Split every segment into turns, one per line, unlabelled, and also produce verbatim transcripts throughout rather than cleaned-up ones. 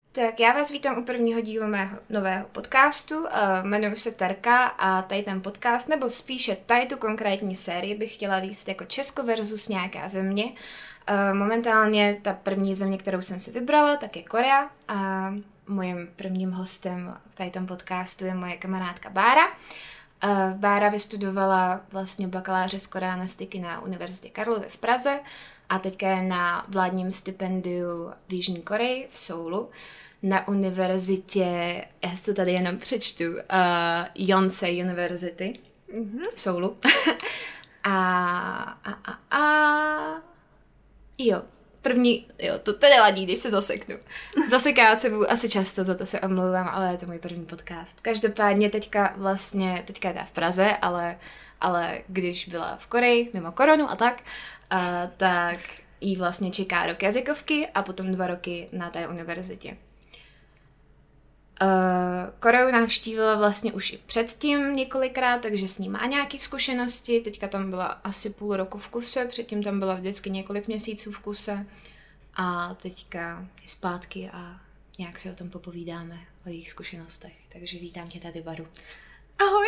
Tak já vás vítám u prvního dílu mého nového podcastu. Uh, jmenuji se Terka a tady ten podcast, nebo spíše tady tu konkrétní sérii bych chtěla víc jako Česko versus nějaká země. Uh, momentálně ta první země, kterou jsem si vybrala, tak je Korea a mojím prvním hostem v tady tom podcastu je moje kamarádka Bára. Uh, Bára vystudovala vlastně bakaláře z koreanistiky na Univerzitě Karlovy v Praze a teďka je na vládním stipendiu v Jižní Koreji v Soulu na univerzitě, já si to tady jenom přečtu, uh, Yonsei University mm-hmm. v Soulu. a, a, a, a jo, první, jo, to tedy ladí, když se zaseknu. Zasekávat se budu asi často, za to se omlouvám, ale je to můj první podcast. Každopádně teďka vlastně, teďka je ta v Praze, ale, ale když byla v Koreji, mimo koronu a tak, uh, tak jí vlastně čeká rok jazykovky a potom dva roky na té univerzitě. Uh, Koreu navštívila vlastně už i předtím několikrát, takže s ní má nějaké zkušenosti. Teďka tam byla asi půl roku v kuse, předtím tam byla vždycky několik měsíců v kuse a teďka je zpátky a nějak si o tom popovídáme, o jejich zkušenostech. Takže vítám tě tady, Baru.
Ahoj!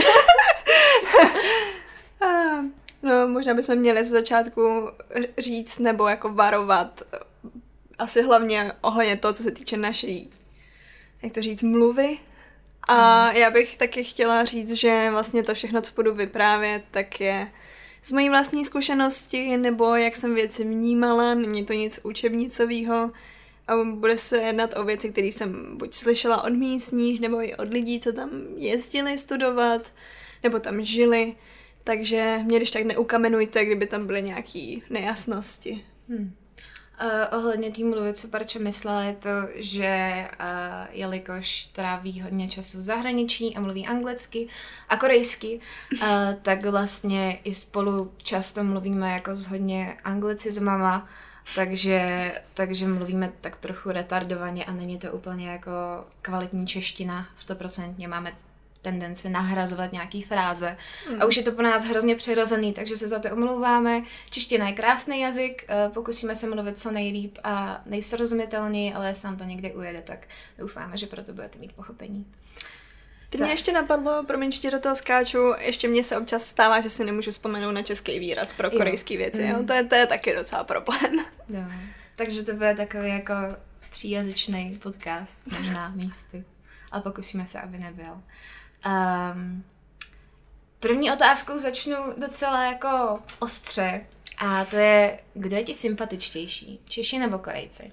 No, možná bychom měli z začátku říct nebo jako varovat asi hlavně ohledně toho, co se týče naší, jak to říct, mluvy. A mm. já bych taky chtěla říct, že vlastně to všechno, co budu vyprávět, tak je z mojí vlastní zkušenosti, nebo jak jsem věci vnímala, není to nic učebnicového. A bude se jednat o věci, které jsem buď slyšela od místních, nebo i od lidí, co tam jezdili studovat, nebo tam žili. Takže mě když tak neukamenujte, kdyby tam byly nějaké nejasnosti.
Hmm. Uh, ohledně té mluvy, co Parča myslela, je to, že uh, jelikož tráví hodně času v zahraničí a mluví anglicky a korejsky, uh, tak vlastně i spolu často mluvíme jako s hodně anglicizmama, takže, takže mluvíme tak trochu retardovaně a není to úplně jako kvalitní čeština, stoprocentně máme tendenci nahrazovat nějaký fráze. Mm. A už je to po nás hrozně přirozený, takže se za to omlouváme. Čeština je krásný jazyk, pokusíme se mluvit co nejlíp a nejsrozumitelněji, ale jestli nám to někde ujede, tak doufáme, že proto budete mít pochopení.
Teď mě ještě napadlo, promiň, že do toho skáču, ještě mně se občas stává, že si nemůžu vzpomenout na český výraz pro korejský věci. Mm. Jo? To, je, to je taky docela problém.
Jo. Takže to bude takový jako tříjazyčný podcast, možná místy. Ale pokusíme se, aby nebyl. Um, první otázkou začnu docela jako ostře a to je, kdo je ti sympatičtější, Češi nebo Korejci?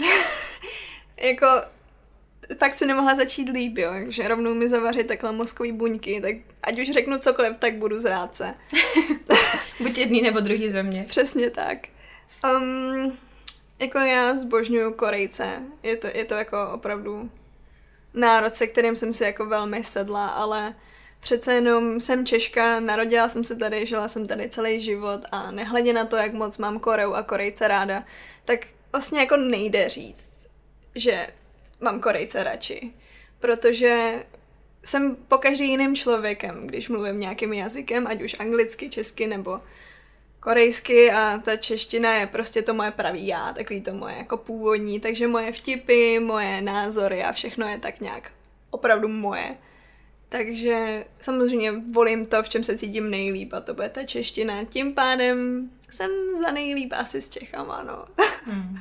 Jako, fakt si nemohla začít líp, jo, že rovnou mi zavařit takhle mozkový buňky, tak ať už řeknu cokoliv, tak budu zrádce.
Buď jedný nebo druhý země.
Přesně tak. Um, jako já zbožňuju Korejce, je to, je to jako opravdu národ, se kterým jsem si jako velmi sedla, ale přece jenom jsem Češka, narodila jsem se tady, žila jsem tady celý život a nehledě na to, jak moc mám Koreu a Korejce ráda, tak vlastně jako nejde říct, že mám Korejce radši, protože jsem pokaždý jiným člověkem, když mluvím nějakým jazykem, ať už anglicky, česky nebo korejsky a ta čeština je prostě to moje pravý já, takový to moje jako původní, takže moje vtipy, moje názory a všechno je tak nějak opravdu moje. Takže samozřejmě volím to, v čem se cítím nejlíp a to bude ta čeština. Tím pádem jsem za nejlíp asi s Čechama, no.
Hmm.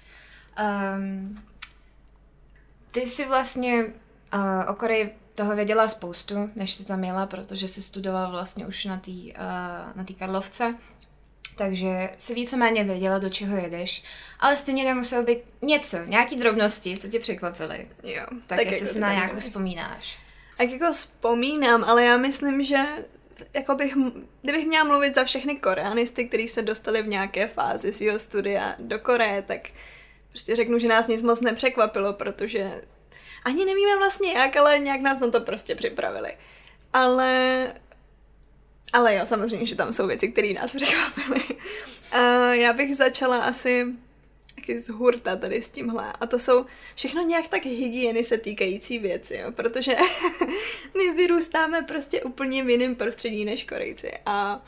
Um, ty jsi vlastně uh, o Koreji toho věděla spoustu, než jsi tam jela, protože jsi studovala vlastně už na té uh, na té Karlovce. Takže si víceméně věděla, do čeho jedeš, ale stejně tam muselo být něco, nějaký drobnosti, co tě překvapily.
Jo.
Tak, tak jestli si na nějakou vzpomínáš.
Tak jako vzpomínám, ale já myslím, že jako bych, kdybych měla mluvit za všechny koreanisty, kteří se dostali v nějaké fázi svého studia do Koreje, tak prostě řeknu, že nás nic moc nepřekvapilo, protože ani nevíme vlastně jak, ale nějak nás na to prostě připravili. Ale... Ale jo, samozřejmě, že tam jsou věci, které nás překvapily. Uh, já bych začala asi taky z hurta tady s tímhle. A to jsou všechno nějak tak hygieny se týkající věci, jo? Protože my vyrůstáme prostě úplně v jiném prostředí než Korejci. A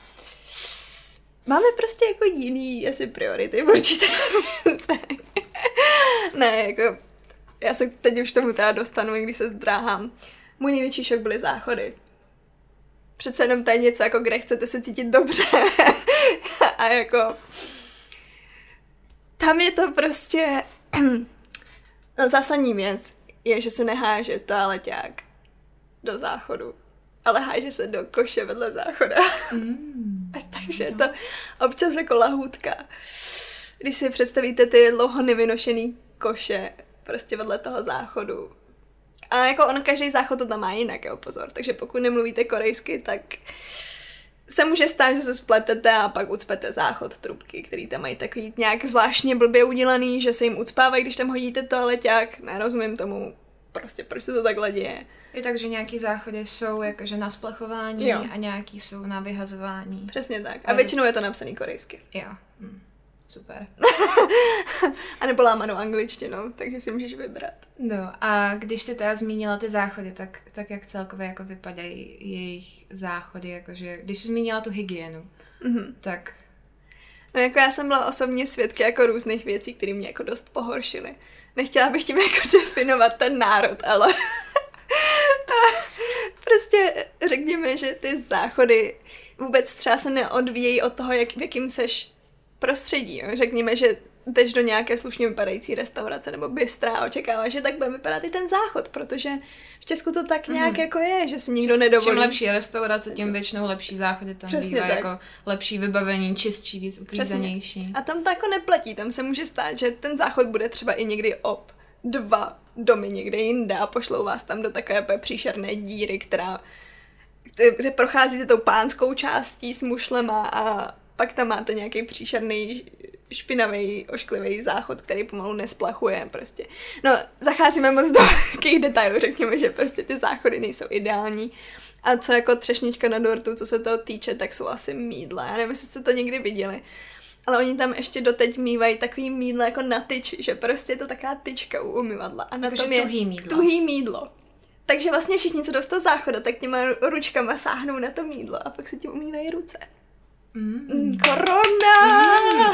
máme prostě jako jiný asi priority v určité věci. Ne, jako já se teď už tomu teda dostanu, i když se zdráhám. Můj největší šok byly záchody. Přece jenom to je něco, jako kde chcete se cítit dobře. A jako... Tam je to prostě... No, zásadní věc je, že se neháže toaleťák do záchodu, ale háže se do koše vedle záchoda. Mm, Takže je to občas jako lahůdka. Když si představíte ty dlouho nevynošený koše prostě vedle toho záchodu. A jako on, každý záchod to tam má jinak, jo, pozor. Takže pokud nemluvíte korejsky, tak se může stát, že se spletete a pak ucpete záchod trubky, který tam mají takový nějak zvláštně blbě udělaný, že se jim ucpávají, když tam hodíte toaleťák. Nerozumím tomu, prostě proč se to takhle děje.
Je tak, že nějaký záchody jsou jakože na splachování jo. a nějaký jsou na vyhazování.
Přesně tak. A většinou je to napsaný korejsky.
Jo. Hm. Super.
A nebo lámanou angličtinou, takže si můžeš vybrat.
No a když jsi teda zmínila ty záchody, tak, tak jak celkově jako vypadají jejich záchody, jakože, když jsi zmínila tu hygienu, mm-hmm. tak...
No jako já jsem byla osobně svědky jako různých věcí, které mě jako dost pohoršily. Nechtěla bych tím jako definovat ten národ, ale... prostě řekněme, že ty záchody vůbec třeba se neodvíjejí od toho, jak, v jakým seš prostředí. Jo. Řekněme, že jdeš do nějaké slušně vypadající restaurace nebo bystra a očekáváš, že tak bude vypadat i ten záchod, protože v Česku to tak nějak mm. jako je, že si nikdo nedovolí.
Čím lepší restaurace, tím většinou lepší záchody tam bývá, jako lepší vybavení, čistší, víc uklízenější.
A tam to jako neplatí, tam se může stát, že ten záchod bude třeba i někdy ob dva domy někde jinde a pošlou vás tam do takové příšerné díry, která kde procházíte tou pánskou částí s mušlema a pak tam máte nějaký příšerný, špinavý, ošklivý záchod, který pomalu nesplachuje prostě. No, zacházíme moc do takových detailů, řekněme, že prostě ty záchody nejsou ideální. A co jako třešnička na dortu, co se toho týče, tak jsou asi mýdla. Já nevím, jestli jste to někdy viděli. Ale oni tam ještě doteď mývají takový mýdla jako na tyč, že prostě je to taková tyčka u umyvadla. A na
Takže
tom je
tuhý mýdlo.
tuhý mýdlo. Takže vlastně všichni, co do toho záchoda, tak těma ručkama sáhnou na to mýdlo a pak se tím umývají ruce. Mm. Mm, korona! Mm.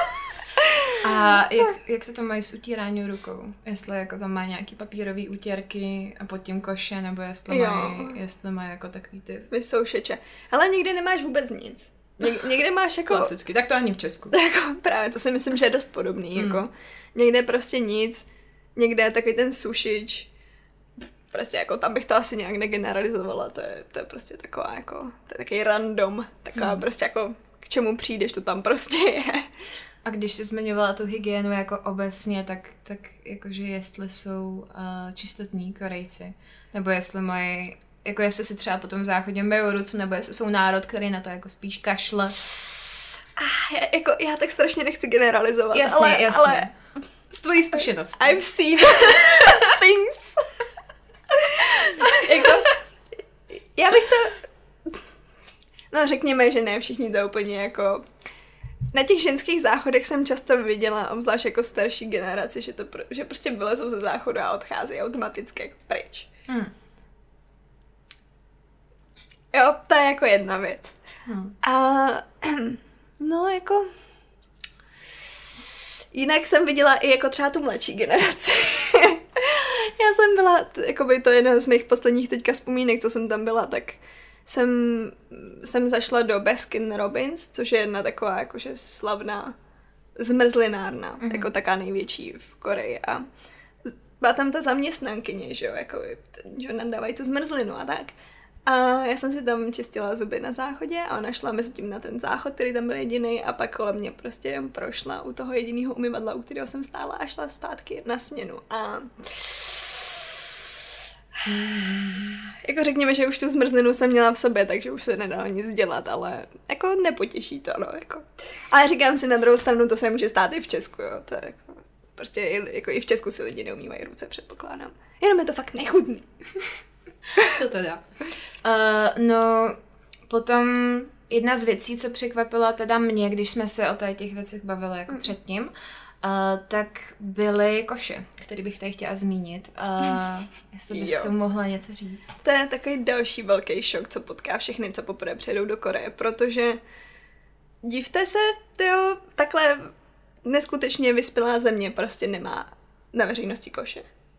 A jak, jak se to mají s utíráním rukou? Jestli jako tam má nějaký papírový útěrky a pod tím koše, nebo jestli
jo.
mají, jestli mají jako takový ty...
Vysoušeče. Ale někdy nemáš vůbec nic. Něk, někde máš jako...
Klasicky, tak to ani v Česku.
Jako právě, to si myslím, že je dost podobný, mm. jako. Někde prostě nic, někde je takový ten sušič. Prostě jako tam bych to asi nějak negeneralizovala, to je, to je prostě taková jako, to je takový random, taková mm. prostě jako k čemu přijdeš, to tam prostě je.
A když jsi zmiňovala tu hygienu jako obecně, tak, tak jakože jestli jsou uh, čistotní Korejci, nebo jestli mají, jako jestli si třeba po tom záchodě myjou ruce, nebo jestli jsou národ, který na to jako spíš kašle.
Ah, já, jako, já tak strašně nechci generalizovat,
jasně,
ale,
jasně.
ale...
Z tvojí zkušenosti.
I've seen things. jako, já bych to... No řekněme, že ne všichni to úplně jako... Na těch ženských záchodech jsem často viděla, obzvlášť jako starší generaci, že, to, že prostě vylezou ze záchodu a odchází automaticky jako pryč. Hmm. Jo, to je jako jedna věc. Hmm. A no jako... Jinak jsem viděla i jako třeba tu mladší generaci. Já jsem byla, jakoby to je jedna z mých posledních teďka vzpomínek, co jsem tam byla, tak jsem, jsem zašla do Baskin Robbins, což je jedna taková jakože slavná zmrzlinárna, mm-hmm. jako taká největší v Koreji a byla tam ta zaměstnankyně, že jo, jako, že nadávají tu zmrzlinu a tak. A já jsem si tam čistila zuby na záchodě a ona šla mezi tím na ten záchod, který tam byl jediný a pak kolem mě prostě prošla u toho jediného umyvadla, u kterého jsem stála a šla zpátky na směnu. A jako řekněme, že už tu zmrzlinu jsem měla v sobě, takže už se nedalo nic dělat, ale jako nepotěší to, no, jako. Ale říkám si na druhou stranu, to se může stát i v Česku, jo, to je jako, prostě i, jako i v Česku si lidi neumývají ruce, předpokládám. Jenom je to fakt nechutný.
To teda. Uh, no, potom jedna z věcí, co překvapila teda mě, když jsme se o tady těch věcech bavili jako mm. předtím, uh, tak byly koše, který bych tady chtěla zmínit. Uh, jestli bys to mohla něco říct.
To je takový další velký šok, co potká všechny, co poprvé přijedou do Koreje, protože divte se, tyjo, takhle neskutečně vyspělá země prostě nemá na veřejnosti koše.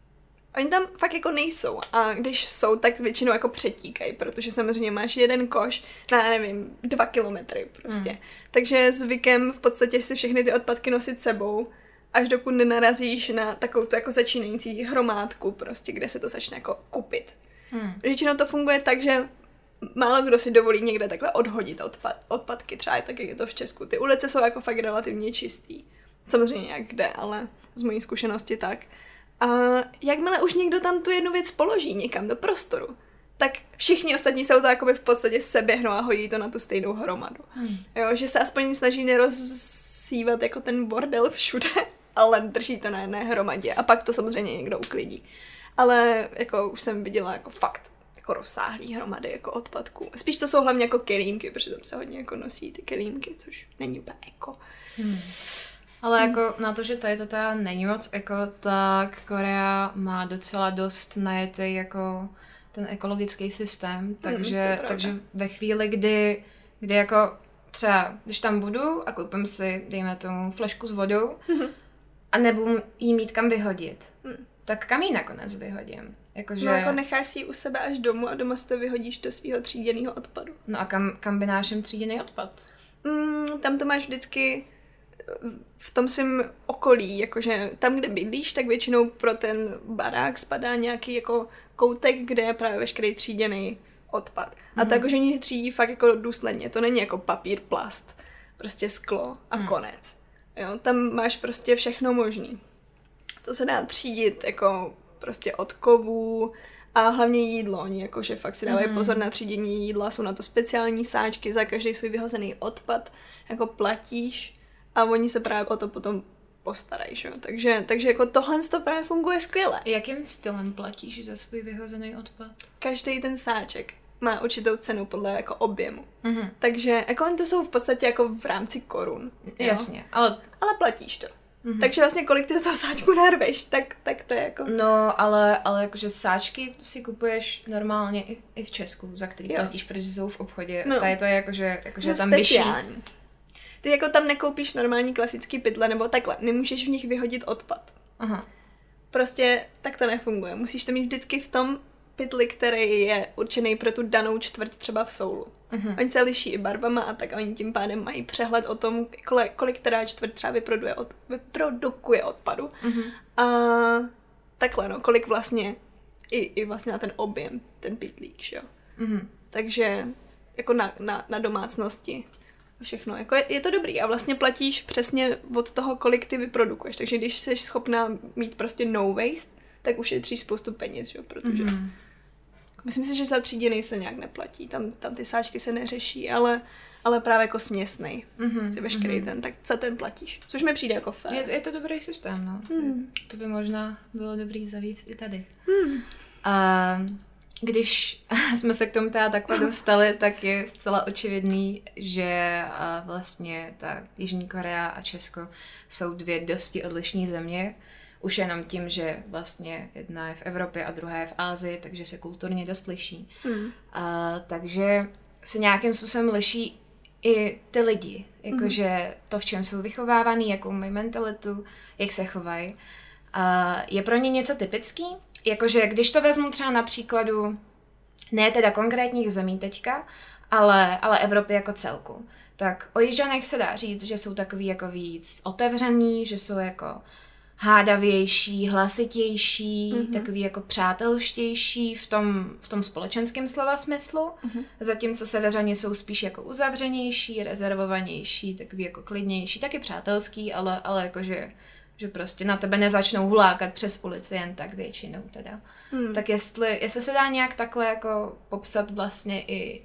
Oni tam fakt jako nejsou a když jsou, tak většinou jako přetíkají, protože samozřejmě máš jeden koš na, nevím, dva kilometry prostě. Mm. Takže je zvykem v podstatě si všechny ty odpadky nosit sebou, až dokud nenarazíš na takovou tu jako začínající hromádku prostě, kde se to začne jako kupit. Mm. Většinou to funguje tak, že málo kdo si dovolí někde takhle odhodit odpad, odpadky, třeba tak, jak je to v Česku. Ty ulice jsou jako fakt relativně čistý. Samozřejmě jak kde, ale z mojí zkušenosti tak. A jakmile už někdo tam tu jednu věc položí někam do prostoru, tak všichni ostatní se o to jakoby v podstatě seběhnou a hodí to na tu stejnou hromadu. Hmm. Jo, že se aspoň snaží nerozsívat jako ten bordel všude, ale drží to na jedné hromadě a pak to samozřejmě někdo uklidí. Ale jako už jsem viděla jako fakt jako rozsáhlý hromady jako odpadků. Spíš to jsou hlavně jako kelímky, protože tam se hodně jako nosí ty kelímky, což není úplně eko. Hmm.
Ale jako na to, že tady to teda není moc eko, tak Korea má docela dost najetý jako ten ekologický systém, takže, mm, takže ve chvíli, kdy, kdy jako třeba, když tam budu a koupím si, dejme tomu, flašku s vodou mm. a nebudu jí mít kam vyhodit, mm. tak kam jí nakonec vyhodím? Jakože...
No jako necháš si ji u sebe až domů a doma si to vyhodíš do svého tříděného odpadu.
No a kam, kam vynáším tříděný odpad?
Mm, tam to máš vždycky v tom svém okolí, jakože tam, kde bydlíš, tak většinou pro ten barák spadá nějaký jako koutek, kde je právě veškerý tříděný odpad. A mm. tak, že oni třídí fakt jako důsledně. To není jako papír, plast, prostě sklo a mm. konec. Jo, tam máš prostě všechno možný. To se dá třídit jako prostě od kovů a hlavně jídlo. Oni jakože fakt si dávají mm. pozor na třídění jídla, jsou na to speciální sáčky, za každý svůj vyhozený odpad jako platíš. A oni se právě o to potom postarají, že? Takže, takže jako tohle to právě funguje skvěle.
Jakým stylem platíš za svůj vyhozený odpad?
Každý ten sáček má určitou cenu podle jako objemu. Mm-hmm. Takže jako oni to jsou v podstatě jako v rámci korun.
Jasně, ale...
Ale platíš to. Mm-hmm. Takže vlastně kolik ty do toho sáčku narveš, tak, tak to je jako...
No, ale, ale jakože sáčky si kupuješ normálně i, i v Česku, za který jo. platíš, protože jsou v obchodě. No. Tady to je jakože, jakože tam
speciální. Vyšší. Ty jako tam nekoupíš normální klasický pytle nebo takhle, nemůžeš v nich vyhodit odpad. Aha. Prostě tak to nefunguje. Musíš to mít vždycky v tom pytli, který je určený pro tu danou čtvrť třeba v Soulu. Uh-huh. Oni se liší i barvama a tak oni tím pádem mají přehled o tom, kolik, kolik která čtvrť třeba vyprodukuje, od, vyprodukuje odpadu. Uh-huh. A takhle, no, kolik vlastně i, i vlastně na ten objem, ten pytlík, jo. Uh-huh. Takže jako na, na, na domácnosti všechno. Jako je, je to dobrý a vlastně platíš přesně od toho, kolik ty vyprodukuješ. Takže když jsi schopná mít prostě no waste, tak ušetříš spoustu peněz, jo, protože mm-hmm. myslím si, že za tříděnej se nějak neplatí. Tam, tam ty sáčky se neřeší, ale, ale právě jako směsnej. Mm-hmm. Prostě veškerý mm-hmm. ten, tak za ten platíš. Což mi přijde jako fér.
Je, je to dobrý systém, no. Mm. To by možná bylo dobrý zavést i tady. Mm. A když jsme se k tomu teda takhle dostali, tak je zcela očividný, že vlastně ta Jižní Korea a Česko jsou dvě dosti odlišné země. Už jenom tím, že vlastně jedna je v Evropě a druhá je v Asii, takže se kulturně dost liší. Mm. A, takže se nějakým způsobem liší i ty lidi. Jakože mm. to, v čem jsou vychovávaný, jakou mají mentalitu, jak se chovají. A je pro ně něco typický? Jakože když to vezmu třeba na příkladu, ne teda konkrétních zemí teďka, ale, ale Evropy jako celku, tak o Jižanech se dá říct, že jsou takový jako víc otevřený, že jsou jako hádavější, hlasitější, mm-hmm. takový jako přátelštější v tom, v tom společenském slova smyslu, mm-hmm. zatímco severani jsou spíš jako uzavřenější, rezervovanější, takový jako klidnější, taky přátelský, ale, ale jakože že prostě na tebe nezačnou hulákat přes ulici jen tak většinou teda. Hmm. Tak jestli, jestli se dá nějak takhle jako popsat vlastně i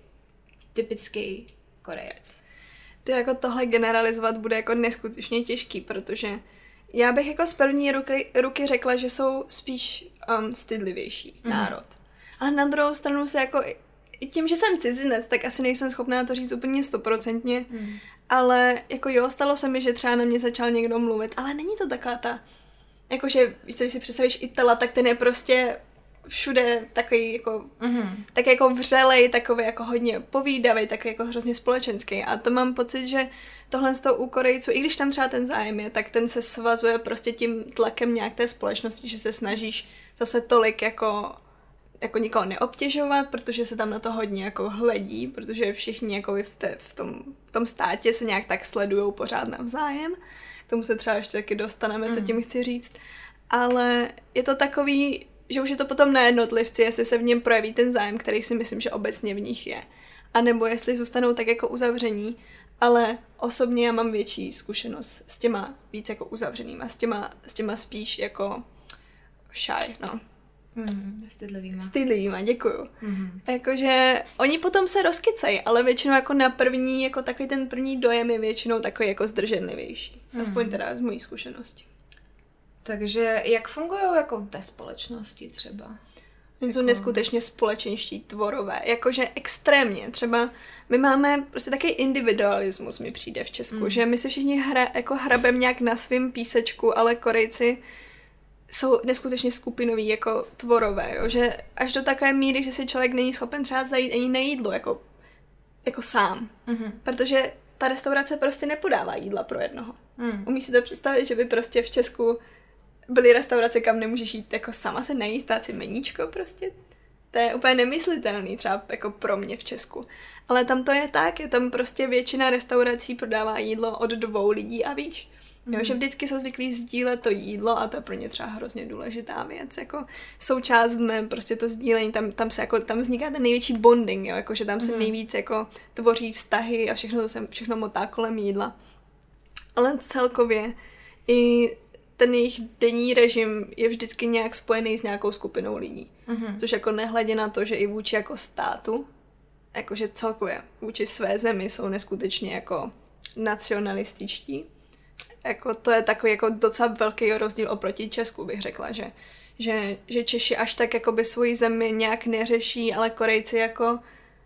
typický Korejec.
Ty jako tohle generalizovat bude jako neskutečně těžký, protože já bych jako z první ruky, ruky řekla, že jsou spíš um, stydlivější hmm. národ. Ale na druhou stranu se jako i tím, že jsem cizinec, tak asi nejsem schopná to říct úplně stoprocentně, hmm. ale jako jo, stalo se mi, že třeba na mě začal někdo mluvit, ale není to taková ta, jakože, když si představíš Itala, tak ten je prostě všude takový jako,
mm-hmm.
tak jako vřelej, takový jako hodně povídavý, takový jako hrozně společenský. A to mám pocit, že tohle z toho u Korejců, i když tam třeba ten zájem je, tak ten se svazuje prostě tím tlakem nějak té společnosti, že se snažíš zase tolik jako, jako nikoho neobtěžovat, protože se tam na to hodně jako hledí, protože všichni jako v, té, v, tom, v tom státě se nějak tak sledujou pořád navzájem. K tomu se třeba ještě taky dostaneme, co tím chci říct. Ale je to takový, že už je to potom na jednotlivci, jestli se v něm projeví ten zájem, který si myslím, že obecně v nich je. A nebo jestli zůstanou tak jako uzavření, ale osobně já mám větší zkušenost s těma víc jako uzavřenýma, s těma, s těma spíš jako shy, no.
Mm, stydlivýma.
Stydlivýma, děkuju.
Mm.
Jakože oni potom se rozkycají, ale většinou jako na první, jako takový ten první dojem je většinou takový jako zdrženlivější. Mm. Aspoň teda z mojí zkušenosti.
Takže jak fungují jako ve společnosti třeba?
Oni jsou neskutečně společenští tvorové, jakože extrémně. Třeba my máme prostě takový individualismus, mi přijde v Česku, mm. že my se všichni hra, jako hrabem nějak na svým písečku, ale Korejci jsou neskutečně skupinoví jako tvorové, jo? Že až do takové míry, že si člověk není schopen třeba zajít ani na jídlo jako, jako sám.
Mm-hmm.
Protože ta restaurace prostě nepodává jídla pro jednoho.
Mm.
Umíš si to představit, že by prostě v Česku byly restaurace, kam nemůžeš jít jako sama se najíst, dát si meníčko prostě. To je úplně nemyslitelný třeba jako pro mě v Česku. Ale tam to je tak, je tam prostě většina restaurací prodává jídlo od dvou lidí a víš. Mm. Jo, že vždycky jsou zvyklí sdílet to jídlo a to je pro ně třeba hrozně důležitá věc. Jako součást dne, prostě to sdílení, tam, tam, se jako, tam vzniká ten největší bonding, jo, jako, že tam se mm. nejvíc jako tvoří vztahy a všechno to se všechno motá kolem jídla. Ale celkově i ten jejich denní režim je vždycky nějak spojený s nějakou skupinou lidí. Mm-hmm. Což jako nehledě na to, že i vůči jako státu, jakože celkově vůči své zemi jsou neskutečně jako nacionalističtí. Jako to je takový jako docela velký rozdíl oproti Česku, bych řekla, že, že, že Češi až tak jako by svoji zemi nějak neřeší, ale Korejci jako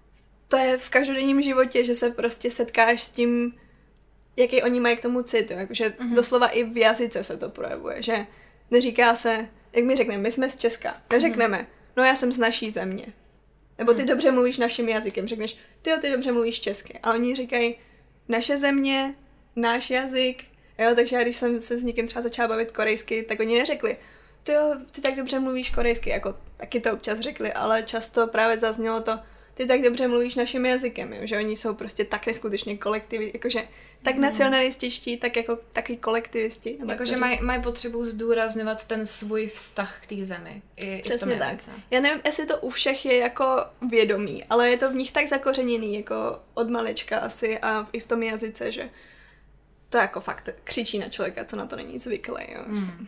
to je v každodenním životě, že se prostě setkáš s tím, jaký oni mají k tomu cit, jakože mm-hmm. doslova i v jazyce se to projevuje, že neříká se, jak my řekneme, my jsme z Česka, neřekneme, mm-hmm. no já jsem z naší země, nebo ty mm. dobře mluvíš naším jazykem, řekneš, ty ty dobře mluvíš česky, a oni říkají naše země, náš jazyk, jo, takže já když jsem se s někým třeba začala bavit korejsky, tak oni neřekli, ty jo, ty tak dobře mluvíš korejsky, jako taky to občas řekli, ale často právě zaznělo to, ty tak dobře mluvíš naším jazykem, jo? Že oni jsou prostě tak neskutečně kolektivi, jakože tak mm. nacionalističtí, tak jako takový kolektivisti.
Jakože mají maj potřebu zdůrazňovat ten svůj vztah k té zemi i, i v tom jazyce.
Tak. Já nevím, jestli to u všech je jako vědomí, ale je to v nich tak zakořeněný, jako od malička asi a i v tom jazyce, že to jako fakt křičí na člověka, co na to není zvyklý. Jo?
Mm.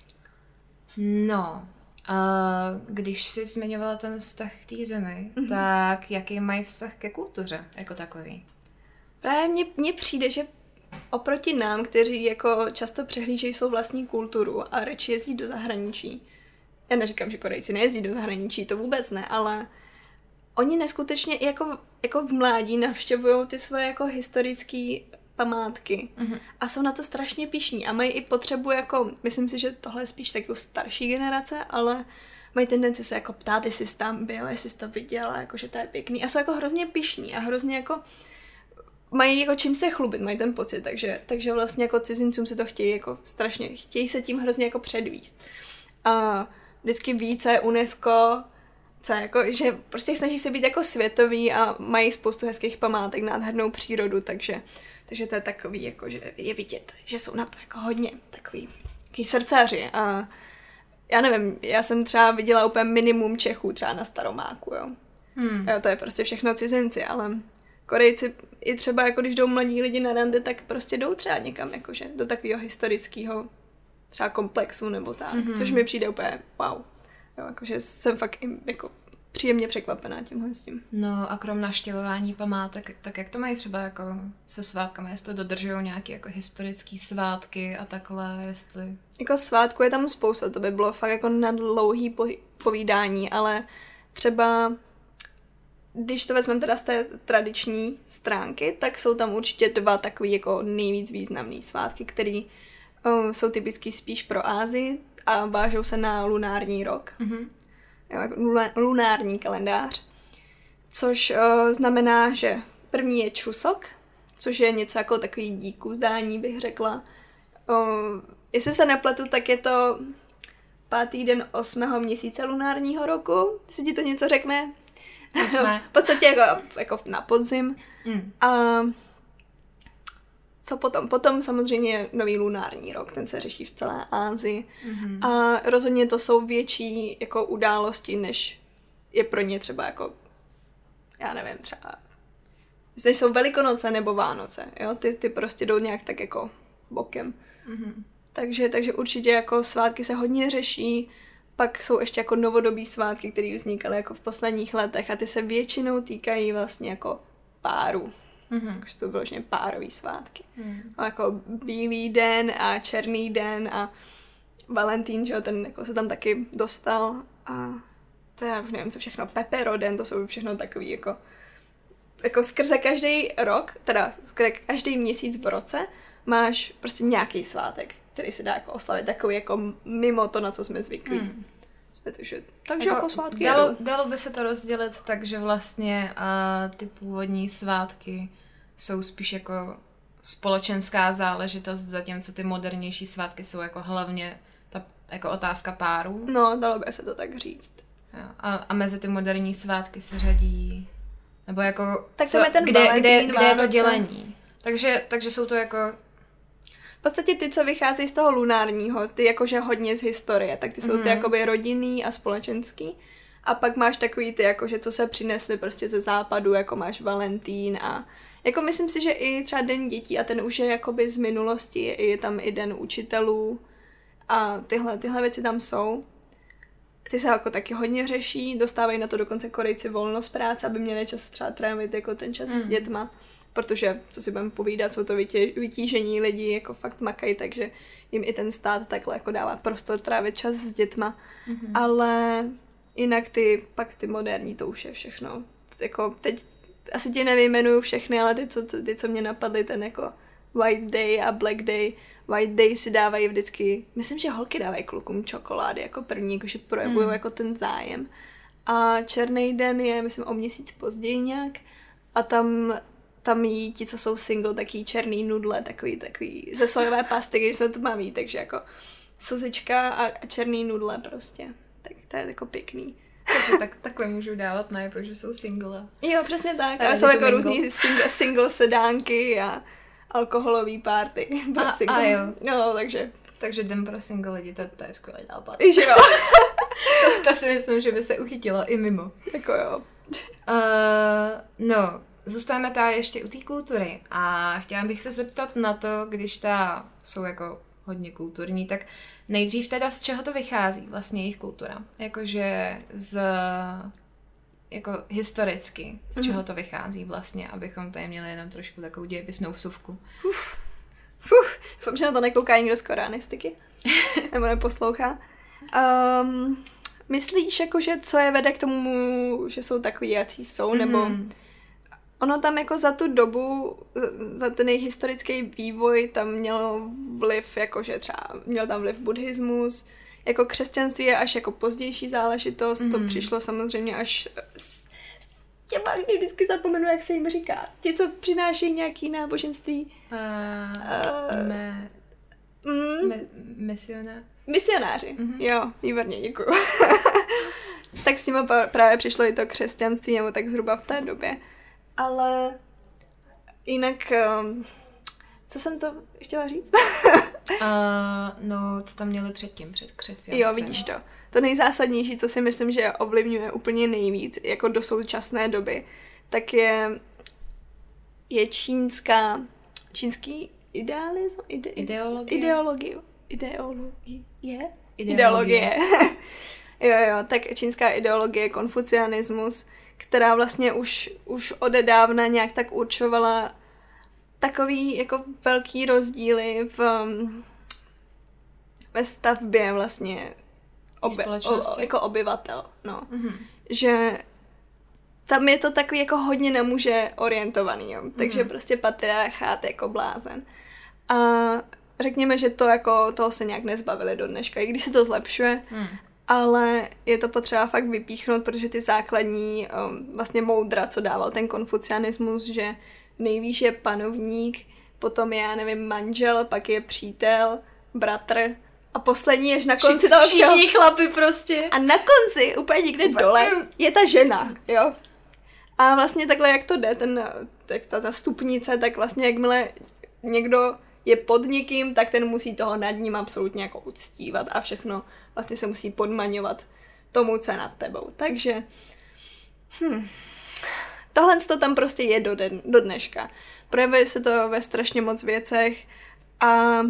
No... Uh, když jsi zmiňovala ten vztah k té zemi, mm-hmm. tak jaký mají vztah ke kultuře jako takový?
Právě mně, mně přijde, že oproti nám, kteří jako často přehlížejí svou vlastní kulturu a radši jezdí do zahraničí, já neříkám, že Korejci nejezdí do zahraničí, to vůbec ne, ale oni neskutečně jako, jako v mládí navštěvují ty svoje jako historické památky mm-hmm. a jsou na to strašně pyšní a mají i potřebu jako, myslím si, že tohle je spíš takovou starší generace, ale mají tendenci se jako ptát, jestli jsi tam byl, jestli jsi to viděla, jako, že to je pěkný a jsou jako hrozně pyšní a hrozně jako mají jako čím se chlubit, mají ten pocit, takže, takže vlastně jako cizincům se to chtějí jako strašně, chtějí se tím hrozně jako předvíst a vždycky ví, co je UNESCO, co jako, že prostě snaží se být jako světový a mají spoustu hezkých památek, nádhernou přírodu, takže Takže to je takový, jako, že je vidět, že jsou na to jako hodně takový, takový srdcaři. A já nevím, já jsem třeba viděla úplně minimum Čechů třeba na Staromáku, jo. Hmm. Jo, to je prostě všechno cizinci, ale Korejci i třeba, jako když jdou mladí lidi na rande, tak prostě jdou třeba někam, jakože do takového historického třeba komplexu nebo tak, mm-hmm. což mi přijde úplně wow. Jo, jakože jsem fakt jako příjemně překvapená tímhle s tím.
No a krom navštěvování památek, tak jak to mají třeba jako se svátkami, jestli dodržují nějaké jako historické svátky a takhle, jestli...
Jako svátku je tam spousta, to by bylo fakt jako na dlouhý po- povídání, ale třeba když to vezmeme teda z té tradiční stránky, tak jsou tam určitě dva takový jako nejvíc významný svátky, který um, jsou typický spíš pro Asii a vážou se na lunární rok. Mm-hmm. jo, jako lunární kalendář. Což uh, znamená, že první je Čusok, což je něco jako takový díku vzdání, bych řekla. Uh, jestli se nepletu, tak je to pátý den osmého měsíce lunárního roku. Jestli ti to něco řekne? V podstatě jako, jako na podzim. Mm. A co potom? Potom samozřejmě je nový lunární rok, ten se řeší v celé Asii. Mm-hmm. A rozhodně to jsou větší jako události, než je pro ně třeba jako, já nevím, třeba než jsou Velikonoce nebo Vánoce, jo? Ty, ty prostě jdou nějak tak jako bokem. Mm-hmm. Takže, takže určitě jako svátky se hodně řeší, pak jsou ještě jako novodobí svátky, které vznikaly jako v posledních letech a ty se většinou týkají vlastně jako párů. Mm-hmm. Takže to bylo vlastně párový svátky. Mm. A jako bílý den a černý den a Valentín, že jo, ten jako se tam taky dostal a to já už nevím, co všechno, Peperoden, to jsou všechno takový jako jako skrze každý rok, teda skrze každý měsíc v roce máš prostě nějaký svátek, který se dá jako oslavit, takový jako mimo to, na co jsme zvyklí. Hmm. Takže, takže jako, jako svátky
dalo, dalo by se to rozdělit tak, že vlastně uh, ty původní svátky jsou spíš jako společenská záležitost, zatímco ty modernější svátky jsou jako hlavně ta jako otázka párů.
No, dalo by se to tak říct.
Jo, a, a mezi ty moderní svátky se řadí, nebo jako,
tak
co,
ten
kde,
Valentín,
kde, kde je to
Vánoce.
dělení. Takže, takže jsou to jako...
V podstatě ty, co vycházejí z toho lunárního, ty jakože hodně z historie, tak ty jsou ty mm. jakoby rodinný a společenský. A pak máš takový ty, jakože co se přinesly prostě ze západu, jako máš Valentín a jako myslím si, že i třeba Den dětí a ten už je jakoby z minulosti, je tam i Den učitelů a tyhle, tyhle věci tam jsou. Ty se jako taky hodně řeší, dostávají na to dokonce Korejci volno z práce, aby měli čas třeba trávit jako ten čas mm. s dětma. Protože, co si budeme povídat, jsou to vytě, vytížení lidi, jako fakt makají, takže jim i ten stát takhle jako dává prostor trávit čas s dětma. Mm-hmm. Ale jinak ty, pak ty moderní, to už je všechno. Jako teď asi ti nevyjmenuju všechny, ale ty, co, ty, co mě napadly, ten jako White Day a Black Day. White Day si dávají vždycky, myslím, že holky dávají klukům čokolády jako první, jakože projevují mm. jako ten zájem. A Černý den je, myslím, o měsíc později nějak a tam... Tam jí ti, co jsou single, taky černý nudle, takový, takový ze sojové pasty, když se to baví, takže jako slzička a, a černý nudle prostě. Tak to je jako pěkný.
Takže tak, takhle můžu dávat najevo, že jsou single.
Jo, přesně tak. A jsou jako různý single, single sedánky a alkoholový party.
A, a jo.
No, takže.
Takže den pro single lidi, to, to je skvělý nápad.
Že jo.
to, to si myslím, že by se uchytilo i mimo.
Jako jo.
Uh, no, zůstáváme tady ještě u té kultury a chtěla bych se zeptat na to, když ta jsou jako hodně kulturní, tak nejdřív teda z čeho to vychází vlastně jejich kultura? Jakože z... jako historicky, z čeho to vychází vlastně, abychom tady měli jenom trošku takovou dějepisnou vsuvku.
Uf, uf, doufám, že na to nekouká nikdo z koreanistiky, nebo neposlouchá. Um, myslíš, jakože co je vede k tomu, že jsou takový, jací jsou, nebo... Mm-hmm. Ono tam jako za tu dobu, za ten jejich historický vývoj tam mělo vliv, jakože třeba měl tam vliv buddhismus, jako křesťanství je až jako pozdější záležitost, mm. to přišlo samozřejmě až s těma, kdy vždycky zapomenu, jak se jim říká. Ti, co přinášejí nějaký náboženství.
Uh, uh, me, mm, me, misionáři.
Misionáři, mm-hmm. Jo, výborně, děkuju. Tak s nimi právě přišlo i to křesťanství, nebo tak zhruba v té době. Ale jinak, um, co jsem to chtěla říct?
uh, no, co tam měli předtím, před křesťanstvím.
Jo, vidíš to. To nejzásadnější, co si myslím, že ovlivňuje úplně nejvíc, jako do současné doby, tak je, je čínská, čínský idealism? Ide,
ideologie.
Ideologie. Ideologie. Je?
Ideologie.
Jo, jo, tak čínská ideologie, konfucianismus, která vlastně už, už odedávna nějak tak určovala takový jako velký rozdíly v, ve stavbě vlastně oby, o, jako obyvatel. No. Mm-hmm. Že tam je to takový jako hodně na muže orientovaný, jo. Takže mm-hmm. prostě patriarchát jako blázen. A řekněme, že to jako toho se nějak nezbavili do dneška, i když se to zlepšuje, mm. ale je to potřeba fakt vypíchnout, protože ty základní um, vlastně moudra, co dával ten konfucianismus, že nejvýš je panovník, potom je, já nevím, manžel, pak je přítel, bratr a poslední až na konci
Všichni,
toho
všeho.
Všichni
chlapi prostě.
A na konci, úplně někde dole, je ta žena, jo. A vlastně takhle, jak to jde, ten, tak ta, ta stupnice, tak vlastně jakmile někdo je pod někým, tak ten musí toho nad ním absolutně jako uctívat a všechno vlastně se musí podmaňovat tomu, co je nad tebou. Takže hm, tohle to tam prostě je do, den, do dneška. Projevuje se to ve strašně moc věcech a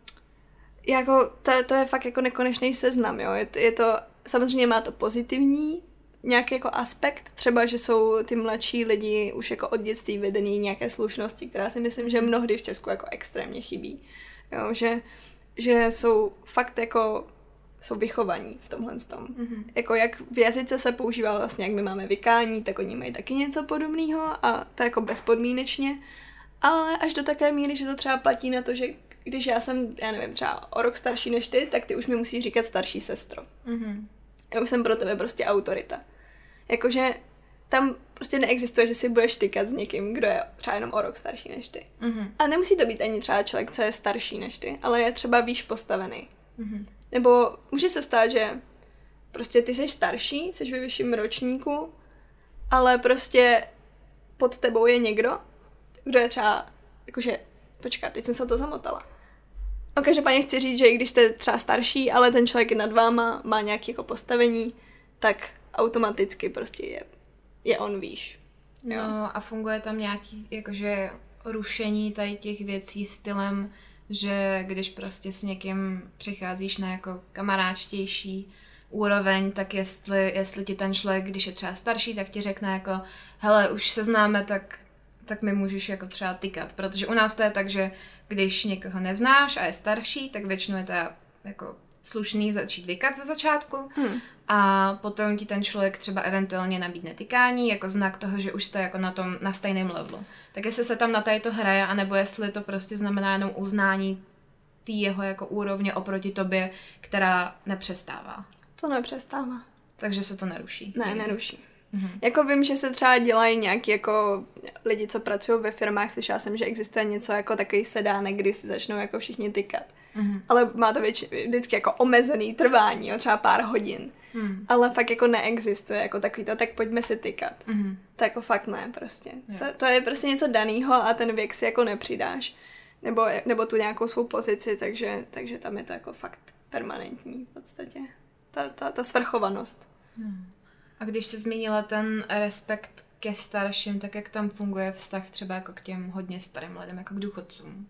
jako to, to je fakt jako nekonečný seznam, jo. Je to, je to, samozřejmě má to pozitivní nějaký jako aspekt, třeba, že jsou ty mladší lidi už jako od dětství vedený nějaké slušnosti, která si myslím, že mnohdy v Česku jako extrémně chybí. Jo, že, že jsou fakt jako, jsou vychovaní v tomhle tom. Mm-hmm. Jako jak v jazyce se používá vlastně, jak my máme vykání, tak oni mají taky něco podobného a to jako bezpodmínečně, ale až do také míry, že to třeba platí na to, že když já jsem, já nevím, třeba o rok starší než ty, tak ty už mi musíš říkat starší sestro. Mm-hmm. Já už jsem pro tebe prostě autorita. Jakože tam prostě neexistuje, že si budeš tykat s někým, kdo je třeba jenom o rok starší než ty. Mm-hmm. A nemusí to být ani třeba člověk, co je starší než ty, ale je třeba výš postavený. Mm-hmm. Nebo může se stát, že prostě ty jsi starší, jsi ve vyšším ročníku, ale prostě pod tebou je někdo, kdo je třeba, jakože, počkat, teď jsem se to zamotala. No každopádně chci říct, že i když jste třeba starší, ale ten člověk nad váma má nějaké jako postavení, tak automaticky prostě je, je on výš.
Jo. No a funguje tam nějaký jakože rušení tady těch věcí stylem, že když prostě s někým přicházíš na jako kamarádštější úroveň, tak jestli, jestli ti ten člověk, když je třeba starší, tak ti řekne jako hele, už se známe, tak, tak mi můžeš jako třeba tykat, protože u nás to je tak, že když někoho neznáš a je starší, tak většinou je to jako slušný začít vykat ze začátku hmm. a potom ti ten člověk třeba eventuálně nabídne tykání jako znak toho, že už jste jako na tom, na stejném levelu. Tak jestli se tam na tady to hraje, anebo jestli to prostě znamená jenom uznání té jeho jako úrovně oproti tobě, která nepřestává.
To nepřestává.
Takže se to neruší.
Ne, neruší. Mm-hmm. Jako vím, že se třeba dělají nějaký jako lidi, co pracují ve firmách, slyšela jsem, že existuje něco jako takový sedánek, kdy si začnou jako všichni tykat. Mm-hmm. Ale má to věč, vždycky jako omezený trvání, jo, třeba pár hodin. Mm. Ale fakt jako neexistuje jako takový to, tak pojďme si tykat. Mm-hmm. To jako fakt ne prostě. To, to je prostě něco danýho a ten věk si jako nepřidáš. Nebo, nebo tu nějakou svou pozici, takže, takže tam je to jako fakt permanentní v podstatě. Ta, ta, ta svrchovanost.
Mm. A když jsi zmínila ten respekt ke starším, tak jak tam funguje vztah třeba jako k těm hodně starým lidem, jako k důchodcům?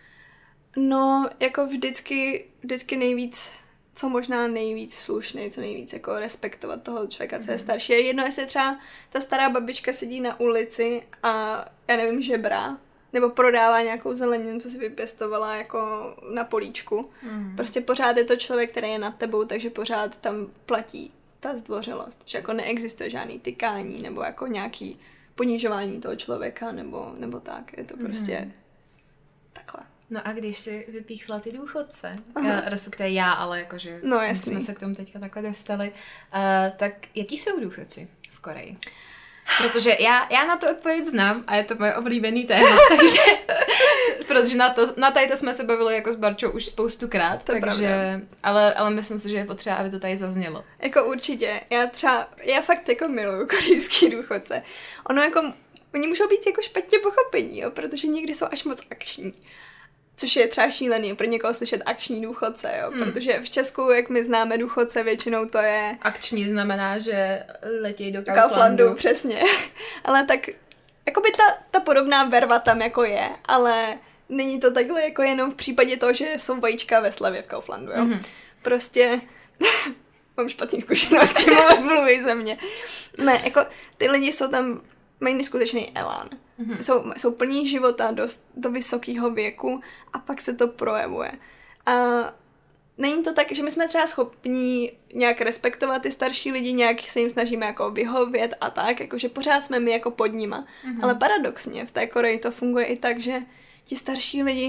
No, jako vždycky, vždycky nejvíc, co možná nejvíc slušný, co nejvíc jako respektovat toho člověka, co je starší. Je jedno, jestli třeba ta stará babička sedí na ulici a já nevím, žebrá, nebo prodává nějakou zeleninu, co si vypěstovala jako na políčku. Mm. Prostě pořád je to člověk, který je nad tebou, takže pořád tam platí ta zdvořilost, že jako neexistuje žádný tykání nebo jako nějaký ponižování toho člověka nebo, nebo tak. Je to prostě mm. takhle.
No a když si vypíchla ty důchodce, já, respektive já, ale jakože
no,
jsme se k tomu teďka takhle dostali, uh, tak jaký jsou důchodci v Koreji? Protože já, já na to odpověď znám a je to moje oblíbený téma, takže protože na, to, na tady to jsme se bavili jako s Barčou už spoustukrát, to takže, ale, ale myslím si, že je potřeba, aby to tady zaznělo.
Jako určitě, já třeba, já fakt jako miluju korejský důchodce. Ono jako, oni můžou být jako špatně pochopení, jo, protože někdy jsou až moc akční. Což je třeba šílený pro někoho slyšet akční důchodce, jo, hmm. protože v Česku, jak my známe důchodce, většinou to je...
Akční znamená, že letějí do
Kauflandu. Kauflandu, přesně. Ale tak, jakoby ta, ta podobná verva tam jako je, ale není to takhle jako jenom v případě toho, že jsou vajíčka ve slevě v Kauflandu, jo. Hmm. Prostě... Mám špatný zkušenosti, mluví ze mě. Ne, jako ty lidi jsou tam... mají neskutečný elán. Mm-hmm. Jsou, jsou plní života do, do vysokého věku a pak se to projevuje. A není to tak, že my jsme třeba schopní nějak respektovat ty starší lidi, nějak se jim snažíme jako vyhovět a tak, jakože pořád jsme my jako pod nima. Mm-hmm. Ale paradoxně v té Koreji to funguje i tak, že ti starší lidi